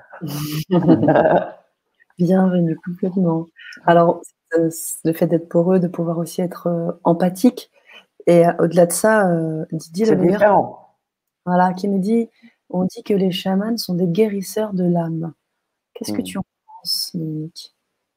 bienvenue complètement. Alors, euh, le fait d'être poreux, de pouvoir aussi être euh, empathique, et euh, au-delà de ça, euh, Didier C'est Le Meilleur, différent. voilà, qui nous dit, on dit que les chamans sont des guérisseurs de l'âme. Qu'est-ce que Hmm. tu en penses, Dominique?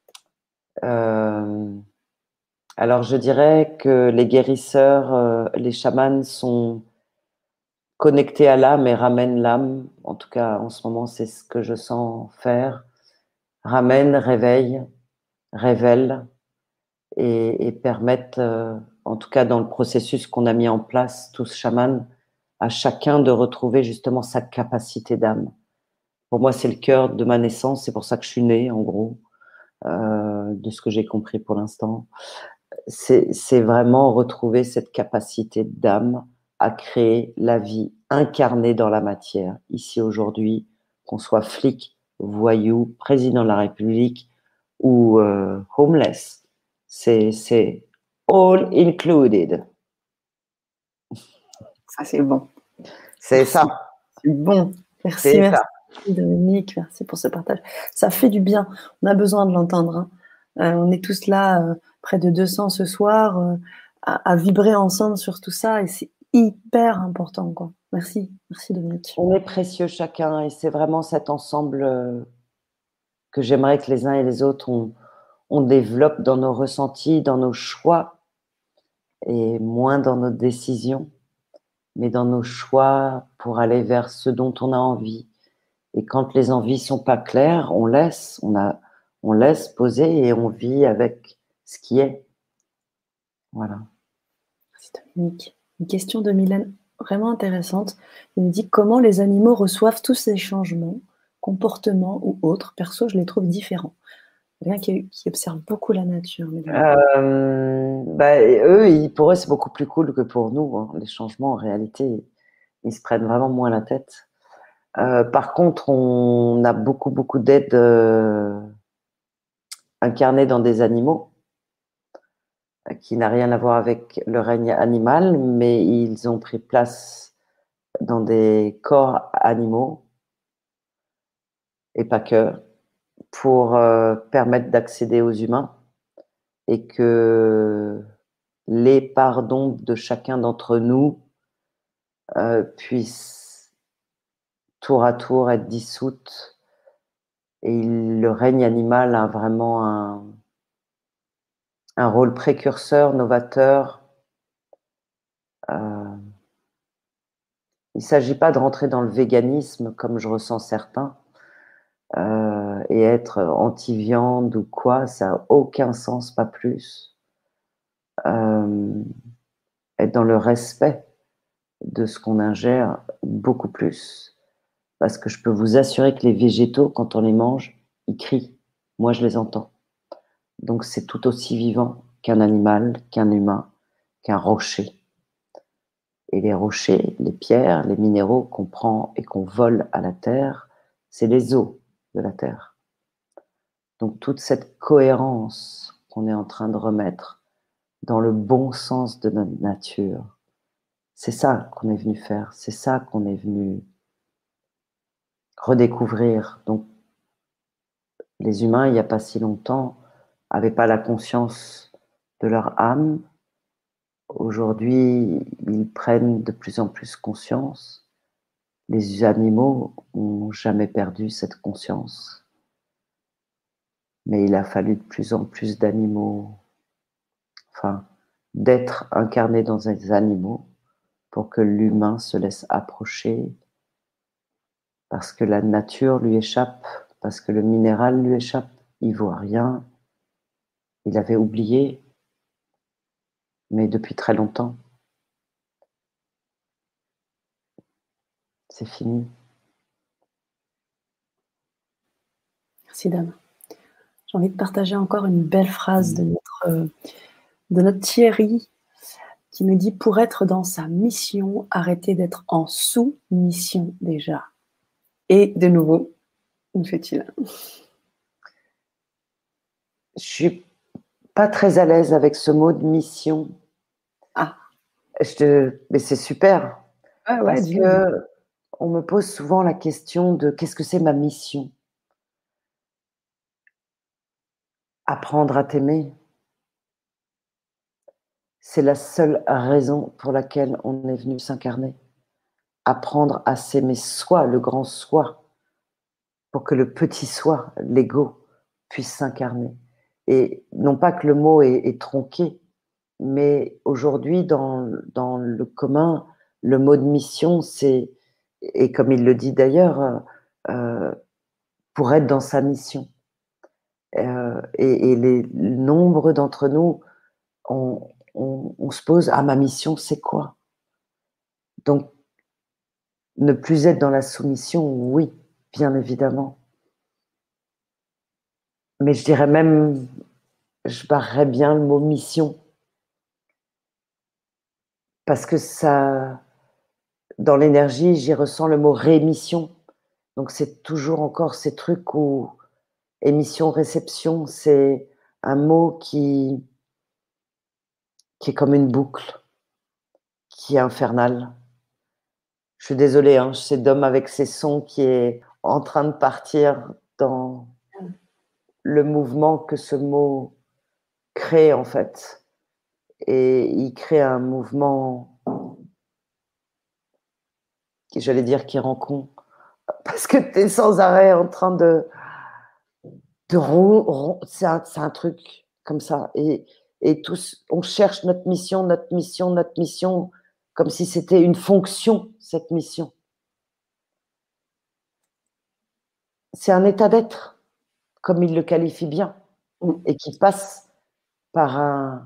Euh, alors, je dirais que les guérisseurs, euh, les chamans sont connectés à l'âme et ramènent l'âme. En tout cas, en ce moment, c'est ce que je sens faire. Ramènent, réveillent, révèlent et, et permettent, euh, en tout cas dans le processus qu'on a mis en place, tous chamans, à chacun de retrouver justement sa capacité d'âme. Pour moi, c'est le cœur de ma naissance, c'est pour ça que je suis née, en gros, euh, de ce que j'ai compris pour l'instant. C'est, c'est vraiment retrouver cette capacité d'âme à créer la vie incarnée dans la matière, ici aujourd'hui, qu'on soit flic, voyou, président de la République ou euh, homeless. C'est, c'est all included. Ça, c'est bon. C'est Merci. ça. C'est bon. Merci, C'est merci ça. Dominique. Merci pour ce partage. Ça fait du bien. On a besoin de l'entendre, hein. Euh, on est tous là, euh, près de deux cents ce soir, euh, à, à vibrer ensemble sur tout ça et c'est hyper important, quoi. Merci. Merci Dominique. On est précieux chacun et c'est vraiment cet ensemble euh, que j'aimerais que les uns et les autres on, on développe dans nos ressentis, dans nos choix et moins dans nos décisions, mais dans nos choix pour aller vers ce dont on a envie. Et quand les envies sont pas claires, on laisse, on a, on laisse poser et on vit avec ce qui est. Voilà. Merci Dominique. Une question de Mylène vraiment intéressante. Il me dit comment les animaux reçoivent tous ces changements, comportements ou autres. Perso, je les trouve différents. Quelqu'un qui, qui observe beaucoup la nature. Euh, bah, eux, ils, pour eux, c'est beaucoup plus cool que pour nous, hein. Les changements, en réalité, ils se prennent vraiment moins la tête. Euh, par contre, on a beaucoup, beaucoup d'aides euh, incarnées dans des animaux qui n'a rien à voir avec le règne animal, mais ils ont pris place dans des corps animaux, et pas que, pour euh, permettre d'accéder aux humains, et que les parts d'ombre de chacun d'entre nous euh, puissent tour à tour être dissoutes. Et il, le règne animal a vraiment un, un rôle précurseur, novateur. Euh, il ne s'agit pas de rentrer dans le véganisme comme je ressens certains euh, et être anti-viande ou quoi, ça n'a aucun sens, pas plus. Euh, être dans le respect de ce qu'on ingère, beaucoup plus. Parce que je peux vous assurer que les végétaux, quand on les mange, ils crient. Moi, je les entends. Donc, c'est tout aussi vivant qu'un animal, qu'un humain, qu'un rocher. Et les rochers, les pierres, les minéraux qu'on prend et qu'on vole à la terre, c'est les os de la terre. Donc, toute cette cohérence qu'on est en train de remettre dans le bon sens de notre nature, c'est ça qu'on est venu faire, c'est ça qu'on est venu redécouvrir. Donc, les humains, il n'y a pas si longtemps, n'avaient pas la conscience de leur âme. Aujourd'hui, ils prennent de plus en plus conscience. Les animaux n'ont jamais perdu cette conscience. Mais il a fallu de plus en plus d'animaux, enfin, d'êtres incarnés dans des animaux pour que l'humain se laisse approcher, parce que la nature lui échappe, parce que le minéral lui échappe, il ne voit rien. Il avait oublié, mais depuis très longtemps. C'est fini. Merci Dame. J'ai envie de partager encore une belle phrase de notre, euh, de notre Thierry qui nous dit « Pour être dans sa mission, arrêtez d'être en sous-mission déjà. » Et de nouveau, où fait-il ? Je suis pas très à l'aise avec ce mot de mission. Ah. Je te... Mais c'est super. Ouais, ouais, parce que on me pose souvent la question de qu'est-ce que c'est ma mission ? Apprendre à t'aimer. C'est la seule raison pour laquelle on est venu s'incarner. Apprendre à s'aimer soi, le grand soi, pour que le petit soi, l'ego, puisse s'incarner. Et non pas que le mot est, est tronqué, mais aujourd'hui, dans, dans le commun, le mot de mission, c'est, et comme il le dit d'ailleurs, euh, pour être dans sa mission. Euh, et, et les nombre d'entre nous, on, on, on se pose, ah, ma mission, c'est quoi ? Donc, ne plus être dans la soumission, oui, bien évidemment. Mais je dirais même, je barrerais bien le mot mission. Parce que ça, dans l'énergie, j'y ressens le mot rémission. Donc, c'est toujours encore ces trucs où émission-réception, c'est un mot qui, qui est comme une boucle, qui est infernale. Je suis désolée, hein, c'est Dom avec ses sons qui est en train de partir dans le mouvement que ce mot crée en fait. Et il crée un mouvement qui, j'allais dire, qui rend con. Parce que tu es sans arrêt en train de... de rond, rond, c'est un, c'est un truc comme ça. Et, et tous, on cherche notre mission, notre mission, notre mission, comme si c'était une fonction, cette mission. C'est un état d'être, comme il le qualifie bien, et qui passe par un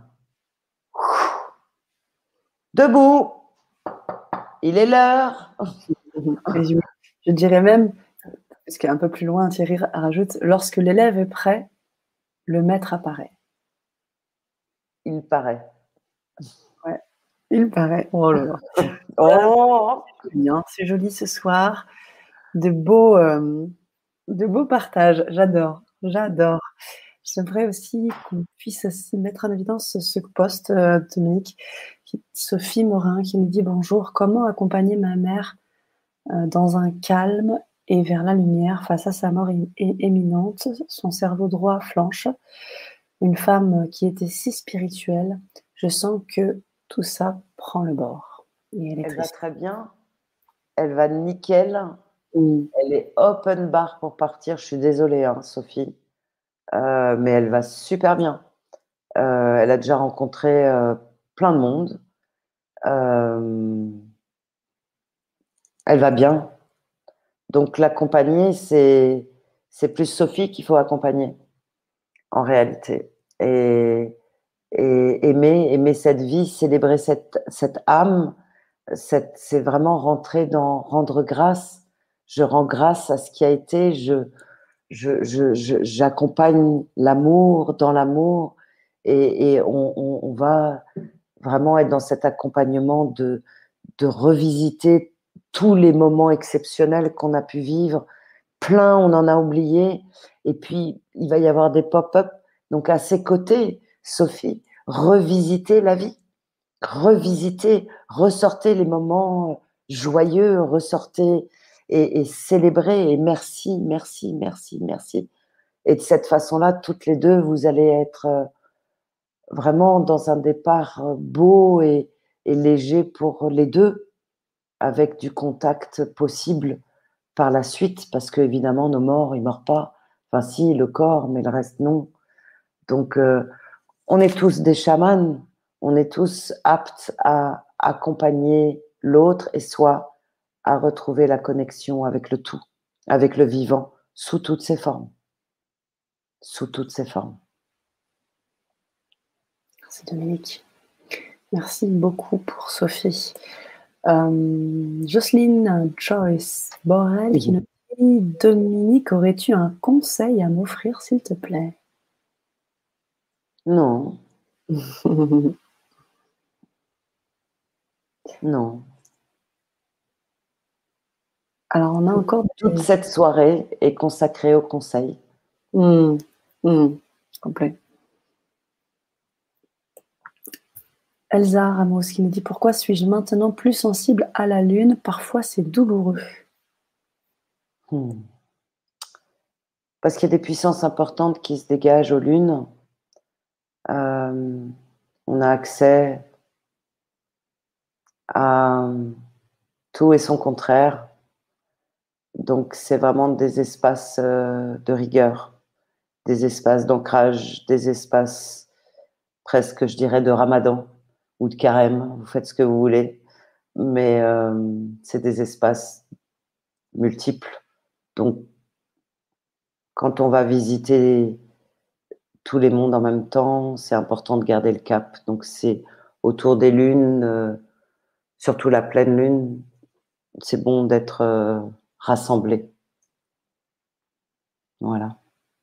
debout, il est l'heure. Je, je dirais même, parce qu'un peu plus loin, Thierry rajoute, lorsque l'élève est prêt, le maître apparaît. Il paraît. Ouais, il paraît. Oh là là. Oh, c'est joli, hein, c'est joli ce soir. De beaux, euh, de beaux partages. J'adore, j'adore. j'aimerais aussi qu'on puisse aussi mettre en évidence ce post, euh, Dominique, qui, Sophie Morin, qui nous dit bonjour, comment accompagner ma mère euh, dans un calme et vers la lumière face à sa mort im- imminente, son cerveau droit flanche, une femme qui était si spirituelle, je sens que tout ça prend le bord. Et elle est Elle va triste. très bien, elle va nickel, Mm. elle est open bar pour partir. Je suis désolée, hein, Sophie, euh, mais elle va super bien. Euh, elle a déjà rencontré euh, plein de monde. Euh, elle va bien. Donc l'accompagner, c'est c'est plus Sophie qu'il faut accompagner en réalité. Et, et aimer, aimer cette vie, célébrer cette, cette âme, cette, c'est vraiment rentrer dans rendre grâce. Je rends grâce à ce qui a été. Je, je, je, je- j'accompagne l'amour dans l'amour et, et on, on, on va vraiment être dans cet accompagnement de, de revisiter tous les moments exceptionnels qu'on a pu vivre. Plein, on en a oublié. Et puis, il va y avoir des pop-up. Donc, à ses côtés, Sophie, revisiter la vie, revisiter, ressortez les moments joyeux, ressortez et, et célébrer. Et merci, merci, merci, merci. Et de cette façon-là, toutes les deux, vous allez être euh, vraiment dans un départ euh, beau et, et léger pour les deux, avec du contact possible par la suite, parce que évidemment nos morts, ils meurent pas. Enfin, si, le corps, mais le reste, non. Donc, euh, on est tous des chamans, on est tous aptes à accompagner l'autre et soi à retrouver la connexion avec le tout, avec le vivant, sous toutes ses formes. Sous toutes ses formes. Merci Dominique. Merci beaucoup pour Sophie. Euh, Jocelyne Joyce Borel qui nous dit Dominique, aurais-tu un conseil à m'offrir, s'il te plaît? Non. Non. Alors, on a encore Toute des... cette soirée est consacrée au conseil. Mmh, mmh, complet. Elsa Ramos qui nous dit pourquoi suis-je maintenant plus sensible à la lune? Parfois, c'est douloureux. Hmm. Parce qu'il y a des puissances importantes qui se dégagent aux lunes. Euh, on a accès à tout et son contraire. Donc, c'est vraiment des espaces euh, de rigueur, des espaces d'ancrage, des espaces presque, je dirais, de ramadan ou de carême. Vous faites ce que vous voulez. Mais euh, c'est des espaces multiples. Donc, quand on va visiter tous les mondes en même temps, c'est important de garder le cap. Donc, c'est autour des lunes, euh, surtout la pleine lune, c'est bon d'être euh, rassemblés. Voilà.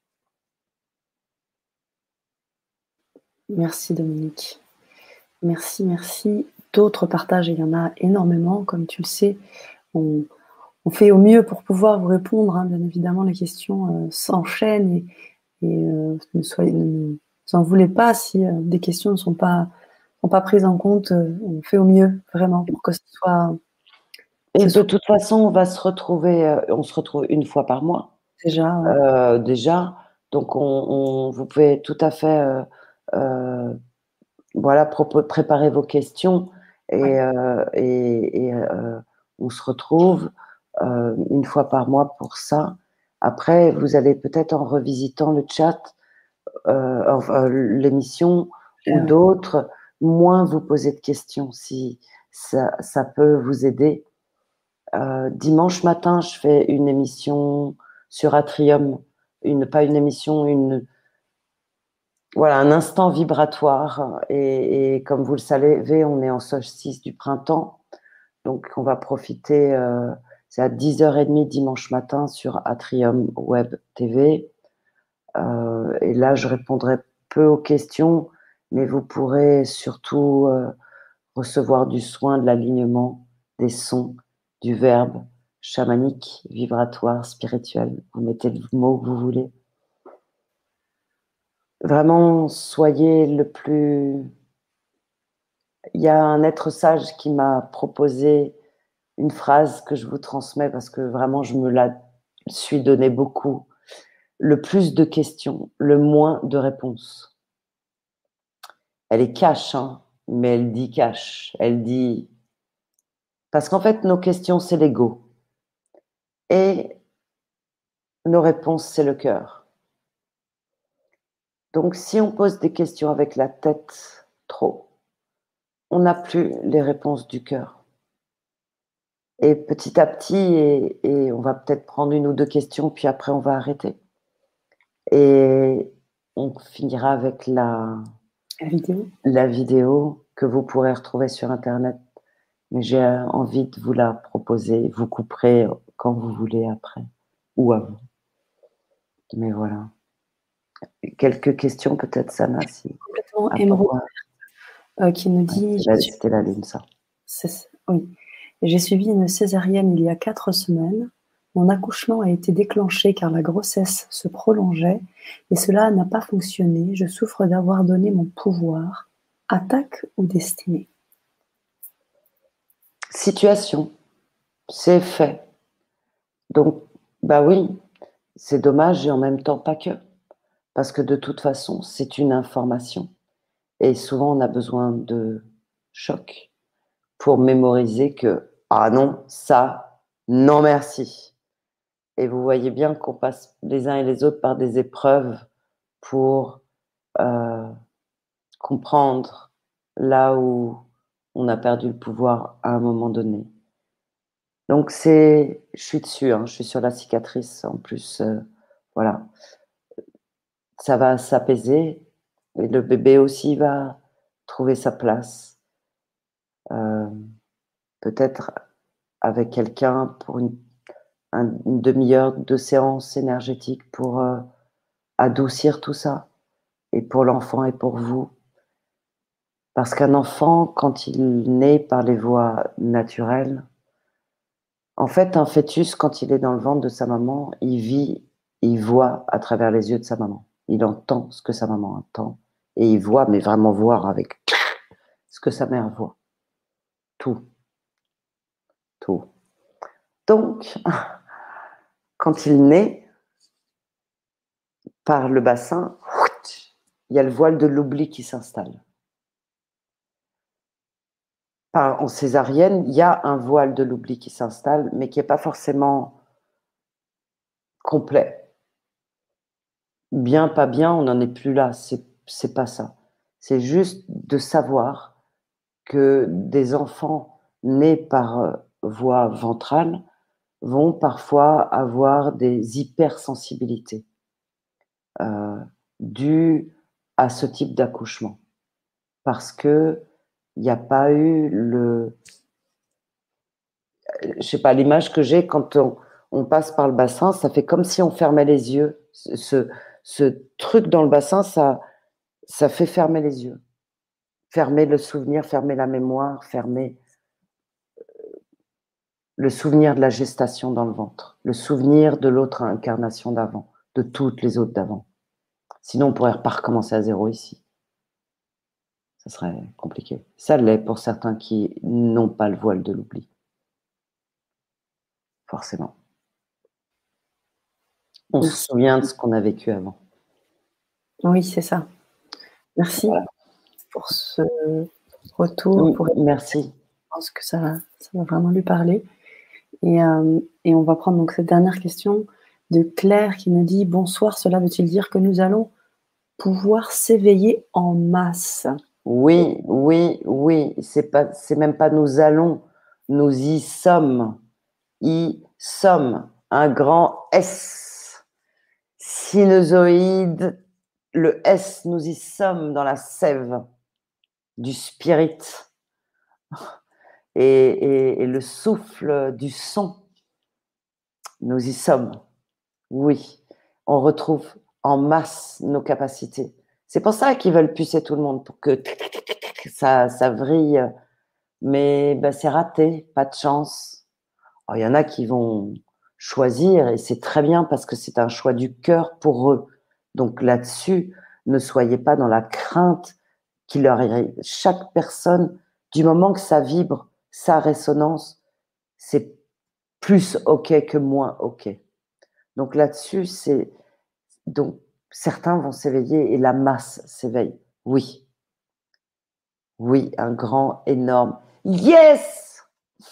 Merci Dominique. Merci, merci. D'autres partages, il y en a énormément, comme tu le sais. On, on fait au mieux pour pouvoir vous répondre. Hein. Bien évidemment, les questions euh, s'enchaînent et, et euh, ne, soyez, ne en voulez pas si euh, des questions ne sont pas, sont pas prises en compte. Euh, on fait au mieux, vraiment, pour que ce soit... Et Ce de soit toute façon, on va se retrouver, euh, on se retrouve une fois par mois déjà... Ouais. euh, déjà. Donc, on, on, vous pouvez tout à fait euh, euh, voilà, préparer vos questions et, Ouais. euh, et, et euh, on se retrouve euh, une fois par mois pour ça. Après, vous allez peut-être en revisitant le chat, euh, enfin, l'émission ou Ouais. d'autres, moins vous poser de questions si ça, ça peut vous aider. Euh, dimanche matin, je fais une émission sur Atrium, une, pas une émission, une, voilà, un instant vibratoire. Et, et comme vous le savez, on est en solstice du printemps. Donc, on va profiter, euh, c'est à dix heures trente dimanche matin sur Atrium Web T V. Euh, et là, je répondrai peu aux questions, mais vous pourrez surtout euh, recevoir du soin, de l'alignement, des sons, du verbe chamanique, vibratoire, spirituel. Vous mettez le mot que vous voulez. Vraiment, soyez le plus... Il y a un être sage qui m'a proposé une phrase que je vous transmets parce que vraiment, je me la suis donné beaucoup. Le plus de questions, le moins de réponses. Elle est cash, hein, mais elle dit cash. Elle dit... Parce qu'en fait, nos questions, c'est l'ego. Et nos réponses, c'est le cœur. Donc, si on pose des questions avec la tête trop, on n'a plus les réponses du cœur. Et petit à petit, et, et on va peut-être prendre une ou deux questions, puis après, on va arrêter. Et on finira avec la, La vidéo. la vidéo que vous pourrez retrouver sur Internet. Mais j'ai envie de vous la proposer. Vous couperez quand vous voulez après, ou avant. Mais voilà. Quelques questions peut-être, Sana, si... Complètement Ah, émeraude, pourquoi euh, qui nous dit... ouais, c'était la lune, ça. Oui. J'ai suivi une césarienne il y a quatre semaines. Mon accouchement a été déclenché car la grossesse se prolongeait et cela n'a pas fonctionné. Je souffre d'avoir donné mon pouvoir. Attaque ou destinée? Situation, c'est fait. Donc, bah oui, c'est dommage et en même temps pas que. Parce que de toute façon, c'est une information. Et souvent, on a besoin de choc pour mémoriser que, ah non, ça, non merci. Et vous voyez bien qu'on passe les uns et les autres par des épreuves pour euh, comprendre là où on a perdu le pouvoir à un moment donné. Donc, c'est, je suis dessus, hein, je suis sur la cicatrice en plus. Euh, voilà, ça va s'apaiser et le bébé aussi va trouver sa place. Euh, peut-être avec quelqu'un pour une, un, une demi-heure de séance énergétique pour euh, adoucir tout ça, et pour l'enfant et pour vous. Parce qu'un enfant, quand il naît par les voies naturelles, en fait, un fœtus, quand il est dans le ventre de sa maman, il vit, il voit à travers les yeux de sa maman. Il entend ce que sa maman entend. Et il voit, mais vraiment voir avec ce que sa mère voit. Tout. Tout. Donc, quand il naît, par le bassin, il y a le voile de l'oubli qui s'installe. En césarienne, il y a un voile de l'oubli qui s'installe, mais qui n'est pas forcément complet. Bien, pas bien, on n'en est plus là. C'est, c'est pas ça. C'est juste de savoir que des enfants nés par voie ventrale vont parfois avoir des hypersensibilités euh, dues à ce type d'accouchement. Parce que il n'y a pas eu le... Je sais pas, l'image que j'ai quand on, on passe par le bassin, ça fait comme si on fermait les yeux. Ce, ce truc dans le bassin, ça, ça fait fermer les yeux. Fermer le souvenir, fermer la mémoire, fermer le souvenir de la gestation dans le ventre, le souvenir de l'autre incarnation d'avant, de toutes les autres d'avant. Sinon, on pourrait pas recommencer à zéro ici. Ça serait compliqué. Ça l'est pour certains qui n'ont pas le voile de l'oubli. Forcément. On Merci. se souvient de ce qu'on a vécu avant. Oui, c'est ça. Merci voilà. pour ce retour. Oui, pour... Merci. Je pense que ça va, ça va vraiment lui parler. Et, euh, et on va prendre donc cette dernière question de Claire qui nous dit « Bonsoir, cela veut-il dire que nous allons pouvoir s'éveiller en masse ?» Oui, oui, oui. C'est pas, c'est même pas nous allons, nous y sommes. Y sommes. Un grand S. Sinusoïde. Le S, nous y sommes dans la sève du spirit. Et, et, et le souffle du son. Nous y sommes. Oui. On retrouve en masse nos capacités. C'est pour ça qu'ils veulent pucer tout le monde, pour que ça, ça vrille. Mais ben, c'est raté, pas de chance. Il y en a qui vont choisir et c'est très bien parce que c'est un choix du cœur pour eux. Donc là-dessus, ne soyez pas dans la crainte qu'il leur arrive. Chaque personne, du moment que ça vibre, sa résonance, c'est plus OK que moins OK. Donc là-dessus, c'est donc certains vont s'éveiller et la masse s'éveille. Oui, oui, un grand, énorme yes.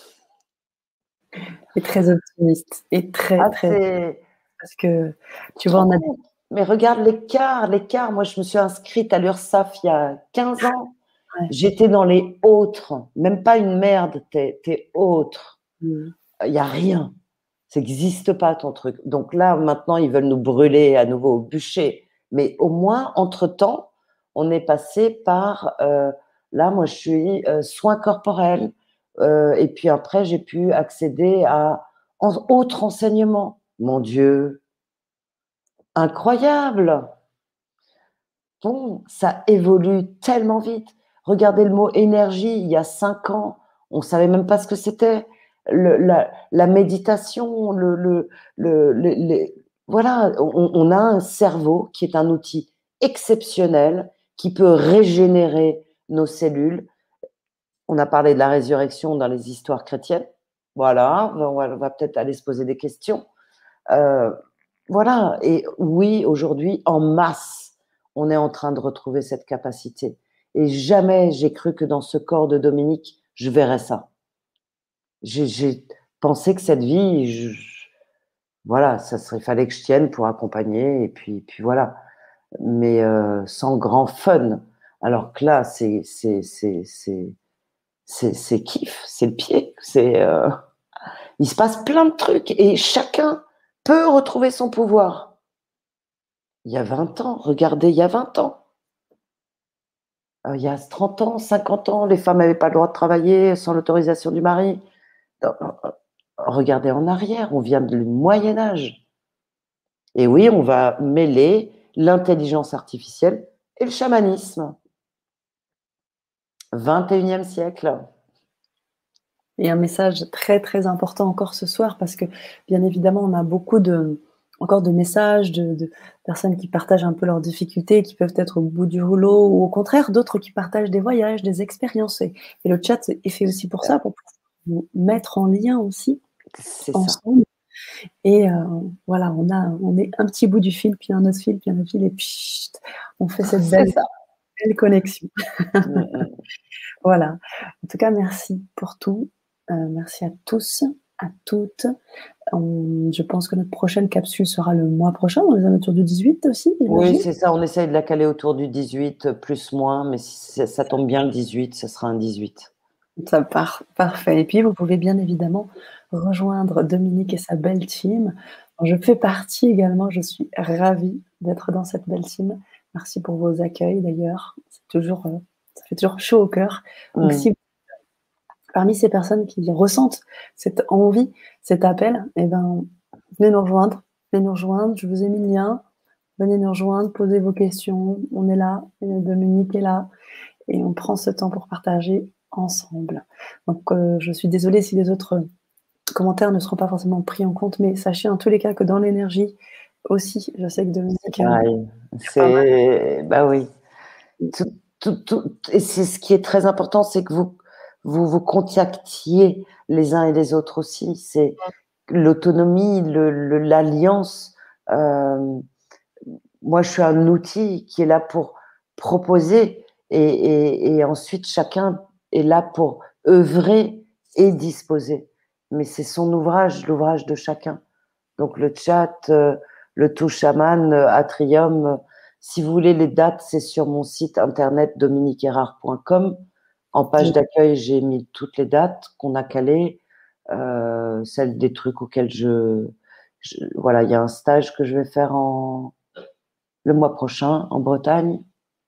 Et très optimiste et très ah, très c'est parce que tu vois, on a trop. Mais regarde l'écart, l'écart. Moi, je me suis inscrite à l'URSSAF il y a quinze ans. ouais. J'étais dans les autres, même pas une merde, t'es, t'es autre. Mmh. Il n'y a rien. Ça n'existe pas ton truc. Donc là, maintenant, ils veulent nous brûler à nouveau au bûcher. Mais au moins, entre-temps, on est passé par, euh, là, moi, je suis euh, soins corporels. Euh, et puis après, j'ai pu accéder à en, autres enseignements. Mon Dieu, incroyable. Bon, ça évolue tellement vite. Regardez le mot énergie, il y a cinq ans, on ne savait même pas ce que c'était. Le, la, la méditation, le, le, le, le les, voilà, on, on a un cerveau qui est un outil exceptionnel qui peut régénérer nos cellules. On a parlé de la résurrection dans les histoires chrétiennes. Voilà, on va, on va peut-être aller se poser des questions. Euh, voilà, et oui, aujourd'hui, en masse, on est en train de retrouver cette capacité. Et jamais j'ai cru que dans ce corps de Dominique, je verrais ça. J'ai, j'ai pensé que cette vie, je, je, voilà, ça serait, fallait que je tienne pour accompagner, et puis, puis voilà. Mais euh, sans grand fun. Alors que là, c'est, c'est, c'est, c'est, c'est, c'est kiff, c'est le pied, c'est, euh, il se passe plein de trucs, et chacun peut retrouver son pouvoir. Il y a vingt ans, regardez, il y a vingt ans. Euh, il y a trente ans, cinquante ans, les femmes n'avaient pas le droit de travailler sans l'autorisation du mari. Euh, regardez en arrière, on vient du Moyen-Âge. Et oui, on va mêler l'intelligence artificielle et le chamanisme. vingt et unième siècle. Et un message très très important encore ce soir parce que bien évidemment on a beaucoup de encore de messages de, de personnes qui partagent un peu leurs difficultés, qui peuvent être au bout du rouleau ou au contraire d'autres qui partagent des voyages, des expériences et, et le chat est fait aussi pour ça, pour vous mettre en lien aussi C'est ensemble. Ça. Et euh, voilà, on a on est un petit bout du fil, puis un autre fil, puis un autre fil et puis on fait cette belle, belle connexion. Mmh. Voilà. En tout cas, merci pour tout. Euh, merci à tous, à toutes. On, je pense que notre prochaine capsule sera le mois prochain, dans les alentours du dix-huit aussi. Oui, c'est ça. On essaye de la caler autour du dix-huit, plus moins, mais si ça tombe bien le dix-huit, ce sera un dix-huit. Ça part, parfait. Et puis, vous pouvez bien évidemment rejoindre Dominique et sa belle team. Je fais partie également, je suis ravie d'être dans cette belle team. Merci pour vos accueils d'ailleurs. C'est toujours, ça fait toujours chaud au cœur. Donc, mmh. si parmi ces personnes qui ressentent cette envie, cet appel, eh ben, venez nous rejoindre, venez nous rejoindre, je vous ai mis le lien, venez nous rejoindre, posez vos questions, on est là, Dominique est là, et on prend ce temps pour partager ensemble. Donc euh, je suis désolée si les autres commentaires ne seront pas forcément pris en compte, mais sachez en tous les cas que dans l'énergie aussi, je sais que Dominique... Pareil, c'est... Bah oui. Tout, tout, tout... Et c'est ce qui est très important, c'est que vous vous, vous contactiez les uns et les autres aussi. C'est l'autonomie, le, le, l'alliance. Euh, moi, je suis un outil qui est là pour proposer et, et, et ensuite chacun est là pour œuvrer et disposer. Mais c'est son ouvrage, l'ouvrage de chacun. Donc le chat, euh, le tout chaman, euh, Atrium, euh, si vous voulez les dates, c'est sur mon site internet dominique erard point com. En page d'accueil, j'ai mis toutes les dates qu'on a calées, euh, celles des trucs auxquels je, je voilà, il y a un stage que je vais faire en le mois prochain en Bretagne.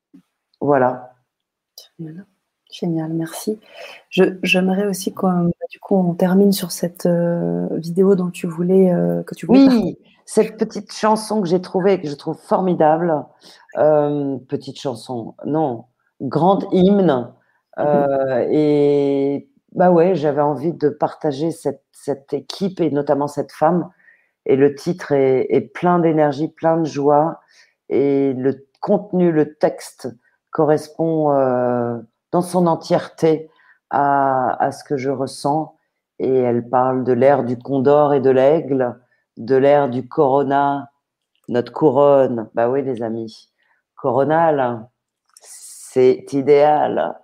Voilà. Génial, Génial merci. Je, j'aimerais aussi qu'on du coup on termine sur cette euh, vidéo dont tu voulais euh, que tu voulais. Oui, partager. Cette petite chanson que j'ai trouvée que je trouve formidable. Euh, petite chanson, non, grande hymne. Euh, et bah ouais, j'avais envie de partager cette, cette équipe et notamment cette femme. Et le titre est, est plein d'énergie, plein de joie. Et le contenu, le texte correspond euh, dans son entièreté à, à ce que je ressens. Et elle parle de l'ère du condor et de l'aigle, de l'ère du corona, notre couronne. Bah oui, les amis, coronal, c'est idéal.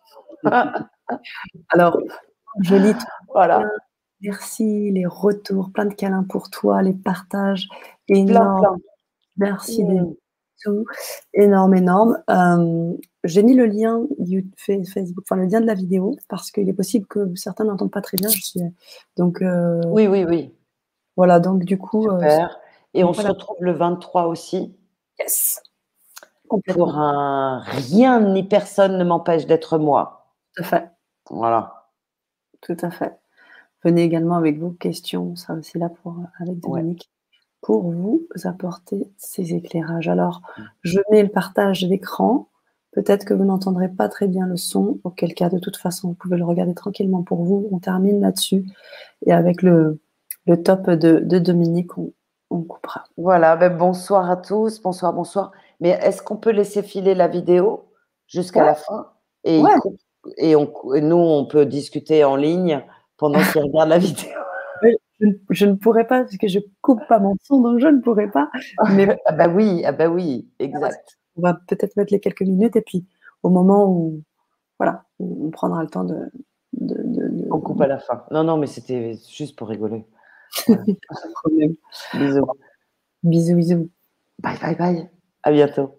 Alors, je lis tout. Voilà. Merci, les retours, plein de câlins pour toi, les partages Plein, énormes. plein. Merci Mmh. des tout, énorme, énorme. Euh, j'ai mis le lien du Facebook, enfin le lien de la vidéo, parce qu'il est possible que certains n'entendent pas très bien. Je suis, donc, euh, Oui, oui, oui. voilà, donc du coup. Super. Euh, Et on voilà. se retrouve le vingt-trois aussi. Yes. Pour un rien ni personne ne m'empêche d'être moi. Tout à fait. Voilà. Tout à fait. Venez également avec vos questions, on sera aussi là pour, avec Dominique, ouais, pour vous apporter ces éclairages. Alors, je mets le partage d'écran. Peut-être que vous n'entendrez pas très bien le son, auquel cas, de toute façon, vous pouvez le regarder tranquillement pour vous. On termine là-dessus. Et avec le, le top de, de Dominique, on, on coupera. Voilà, ben bonsoir à tous, bonsoir, bonsoir. Mais est-ce qu'on peut laisser filer la vidéo jusqu'à ouais. la fin et, ouais. coupe, et, on, et nous, on peut discuter en ligne pendant qu'ils regardent la vidéo. Je, je ne pourrais pas, parce que je coupe pas mon son, donc je ne pourrais pas. Mais... ah bah oui, ah bah oui, exact. On va peut-être mettre les quelques minutes, et puis au moment où, voilà, on prendra le temps de... de, de, de... On coupe à la fin. Non, non, mais c'était juste pour rigoler. Voilà. Pas de problème. Bisous. Bisous, bisous. Bye, bye, bye. À bientôt.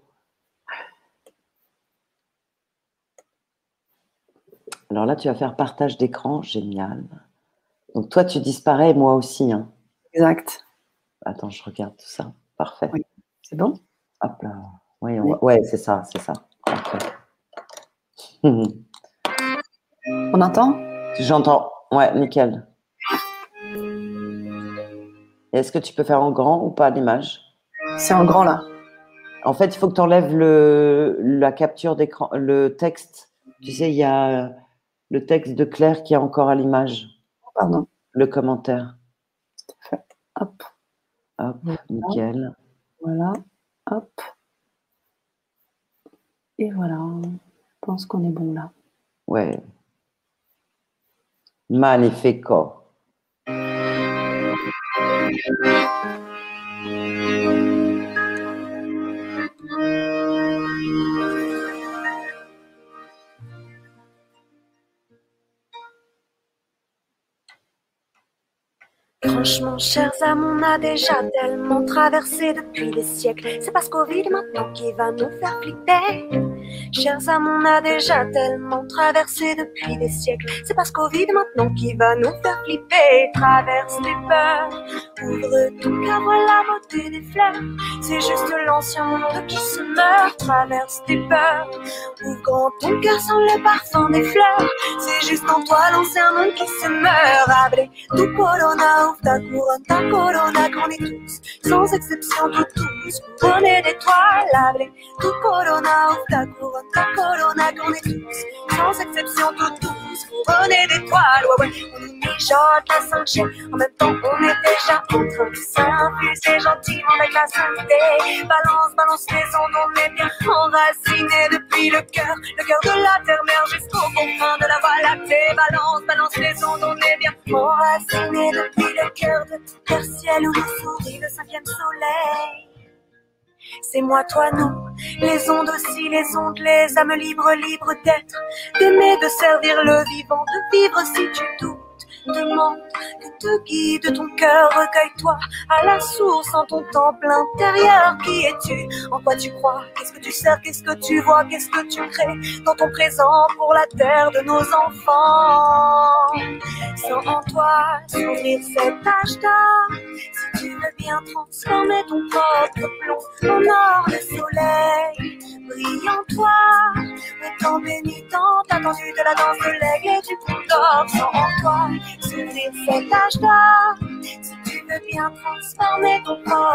Alors là, tu vas faire partage d'écran. Génial. Donc, toi, tu disparais et moi aussi. Hein. Exact. Attends, je regarde tout ça. Parfait. Oui. C'est bon? Hop là. Oui, on... oui. Ouais, c'est ça, c'est ça. Okay. On entend? J'entends. Ouais, nickel. Est-ce que tu peux faire en grand ou pas l'image? C'est en grand, là. En fait, il faut que tu enlèves le, la capture d'écran, le texte. Tu sais, il y a le texte de Claire qui est encore à l'image. Pardon. Le commentaire. Hop. Hop, voilà. Nickel. Voilà. Hop. Et voilà. Je pense qu'on est bon là. Ouais. Magnifico. Franchement, chers âmes, on a déjà tellement traversé depuis des siècles. C'est parce Covid maintenant qui va nous faire flipper. Chers âmes, on a déjà tellement traversé depuis des siècles. C'est parce Covid maintenant qui va nous faire flipper. Traverse tes peurs, ouvre ton cœur, vois la beauté des fleurs. C'est juste l'ancien monde qui se meurt. Traverse tes peurs, ouvre grand ton cœur sans le parfum des fleurs. C'est juste en toi l'ancien monde qui se meurt. Abre tu corona, ouvre ta couronne, ta corona, qu'on est tous, sans exception, tous, tous, couronnés d'étoiles. Abre tu corona, ouvre ta couronne, ta corona, qu'on est tous, sans exception, tous, tous, couronnés d'étoiles. Ouais, ouais, on nous mijote la cinq G, en même temps on est déjà en train de s'infuser gentiment avec la santé. Balance, balance les ondes, on est bien enracinés depuis le cœur, le cœur de la terre-mère jusqu'aux confins de la voie lactée. Balance, balance les ondes, on est bien enracinés depuis le cœur de terre-ciel où nous sourit le cinquième soleil. C'est moi, toi, nous, les ondes aussi, les ondes, les âmes libres, libres d'être, d'aimer, de servir le vivant, de vivre si tu doutes. Demande que te guide ton cœur, recueille-toi à la source en ton temple intérieur. Qui es-tu? En quoi tu crois? Qu'est-ce que tu sers? Qu'est-ce que tu vois? Qu'est-ce que tu crées dans ton présent pour la terre de nos enfants? Sans en toi s'ouvrir cet âge d'or, si tu veux bien transformer ton propre plomb en or, le soleil brille en toi, le temps béni tant attendu de la danse de l'aigle et du condor. Sans en toi s'ouvrir cet âge d'or, si tu veux bien transformer ton propre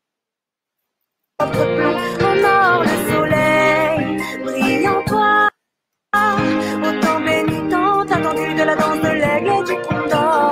plomb en or, le soleil brille en toi, au temps béni tant attendu de la danse de l'aigle et du condor.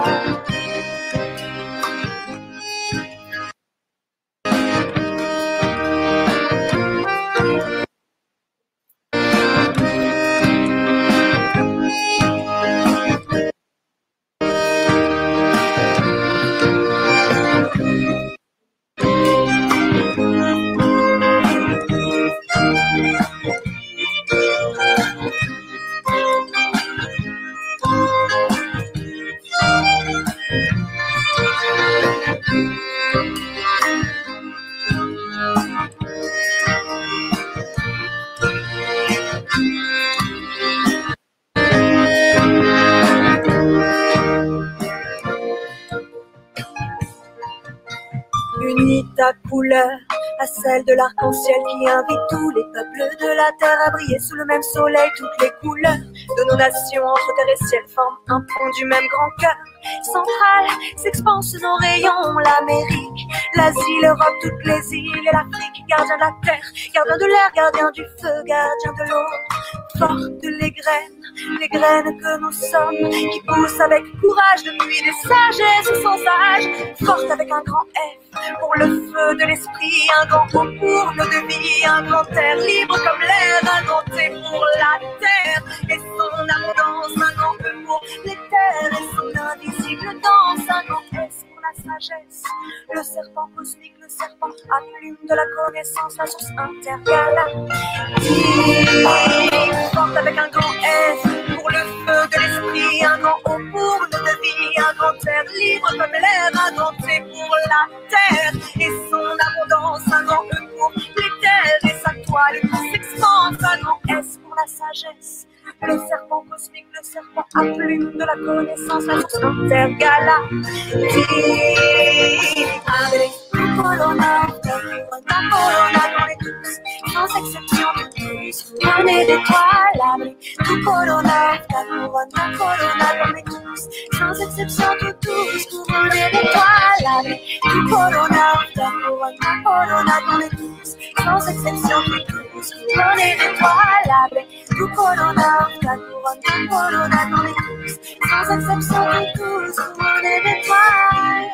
Unis ta couleur à celle de l'arc-en-ciel qui invite tous les peuples de la terre à briller sous le même soleil. Toutes les couleurs de nos nations entre terre et ciel forment un pont du même grand cœur central. S'expansent nos rayons, l'Amérique, l'Asie, l'Europe, toutes les îles et l'Afrique. Gardien de la terre, gardien de l'air, gardien du feu, gardien de l'eau. Fortes les graines, les graines que nous sommes, qui poussent avec courage depuis des sagesses sans âge. Fortes avec un grand F pour le feu de l'esprit, un grand O pour nos devis, un grand air libre comme l'air, un grand T pour la terre et son abondance, un grand E pour les terres et son invisible danse, un grand S pour la sagesse, le serpent cosmique, le serpent à plume de la connaissance, la source intergalactique. Forte avec un grand S pour le feu de l'esprit, un grand O pour nos devis, un grand air libre comme l'air, un grand T pour la terre et son abondance, un grand E pour les terres et sa toile qui s'expande, un grand S pour la sagesse, le serpent cosmique, le serpent à plume de la connaissance, la source intergalactique. Abre tu corona, ta corona con les tous, sans exception de tous, couronné d'étoiles. Abre tu corona, ta couronne, ta corona con les tous, sans exception de tous, couronné d'étoiles. Abre tu corona, ta couronne, ta corona con les tous, sans exception de tous, couronné d'étoiles. Abre tu corona, ta couronne, ta corona con les tous, sans exception de tous, couronné d'étoiles.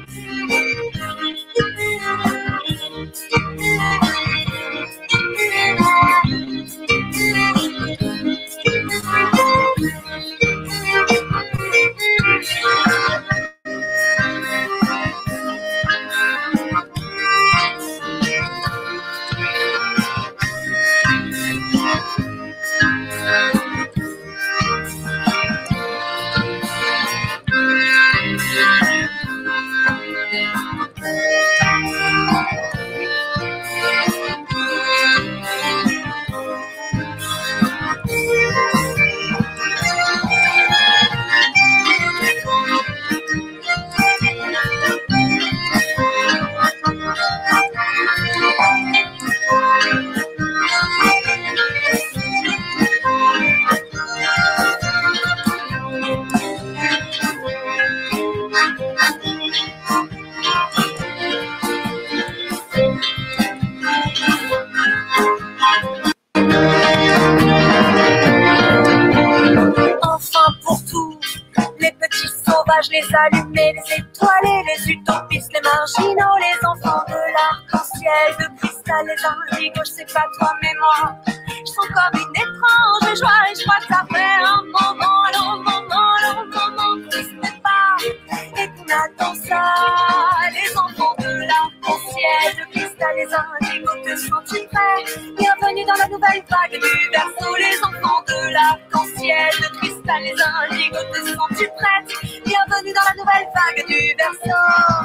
Les allumés, les étoilés, les utopistes, les marginaux, les enfants de l'arc-en-ciel, de cristal, les indigos, je sais pas toi mais moi, je sens comme une étrange joie et je crois que ça fait un moment, long moment, long moment que je sais pas et qu'on attend ça. Les enfants de l'arc-en-ciel, de cristal, les indigos, te sens-tu prêt? Bienvenue dans la nouvelle vague du berceau. Les enfants de l'arc-en-ciel, de cristal, les indigos, te sens-tu prête? Bienvenue dans la nouvelle vague du berceau.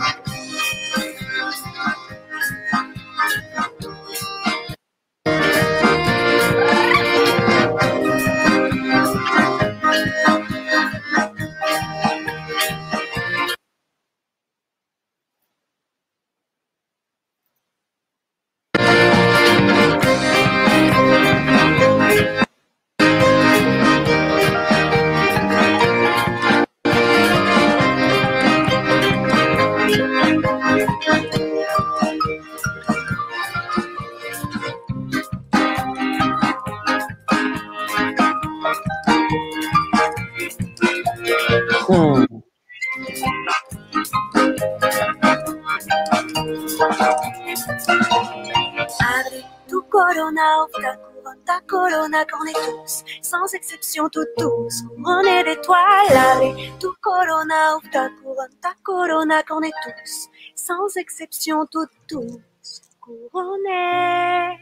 Abre tu corona, ta couronne, ta corona, qu'on est tous, sans exception, tous, tous, couronnés d'étoiles. Abre tu corona, ta couronne, ta corona, qu'on est tous, sans exception, tous, tous, couronnés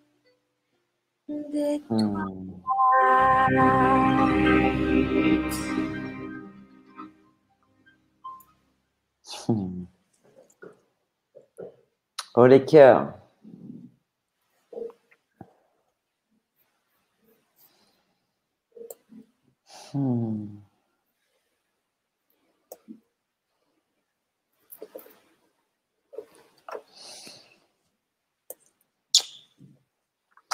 d'étoiles. Hmm. Oh les cœurs. Hmm.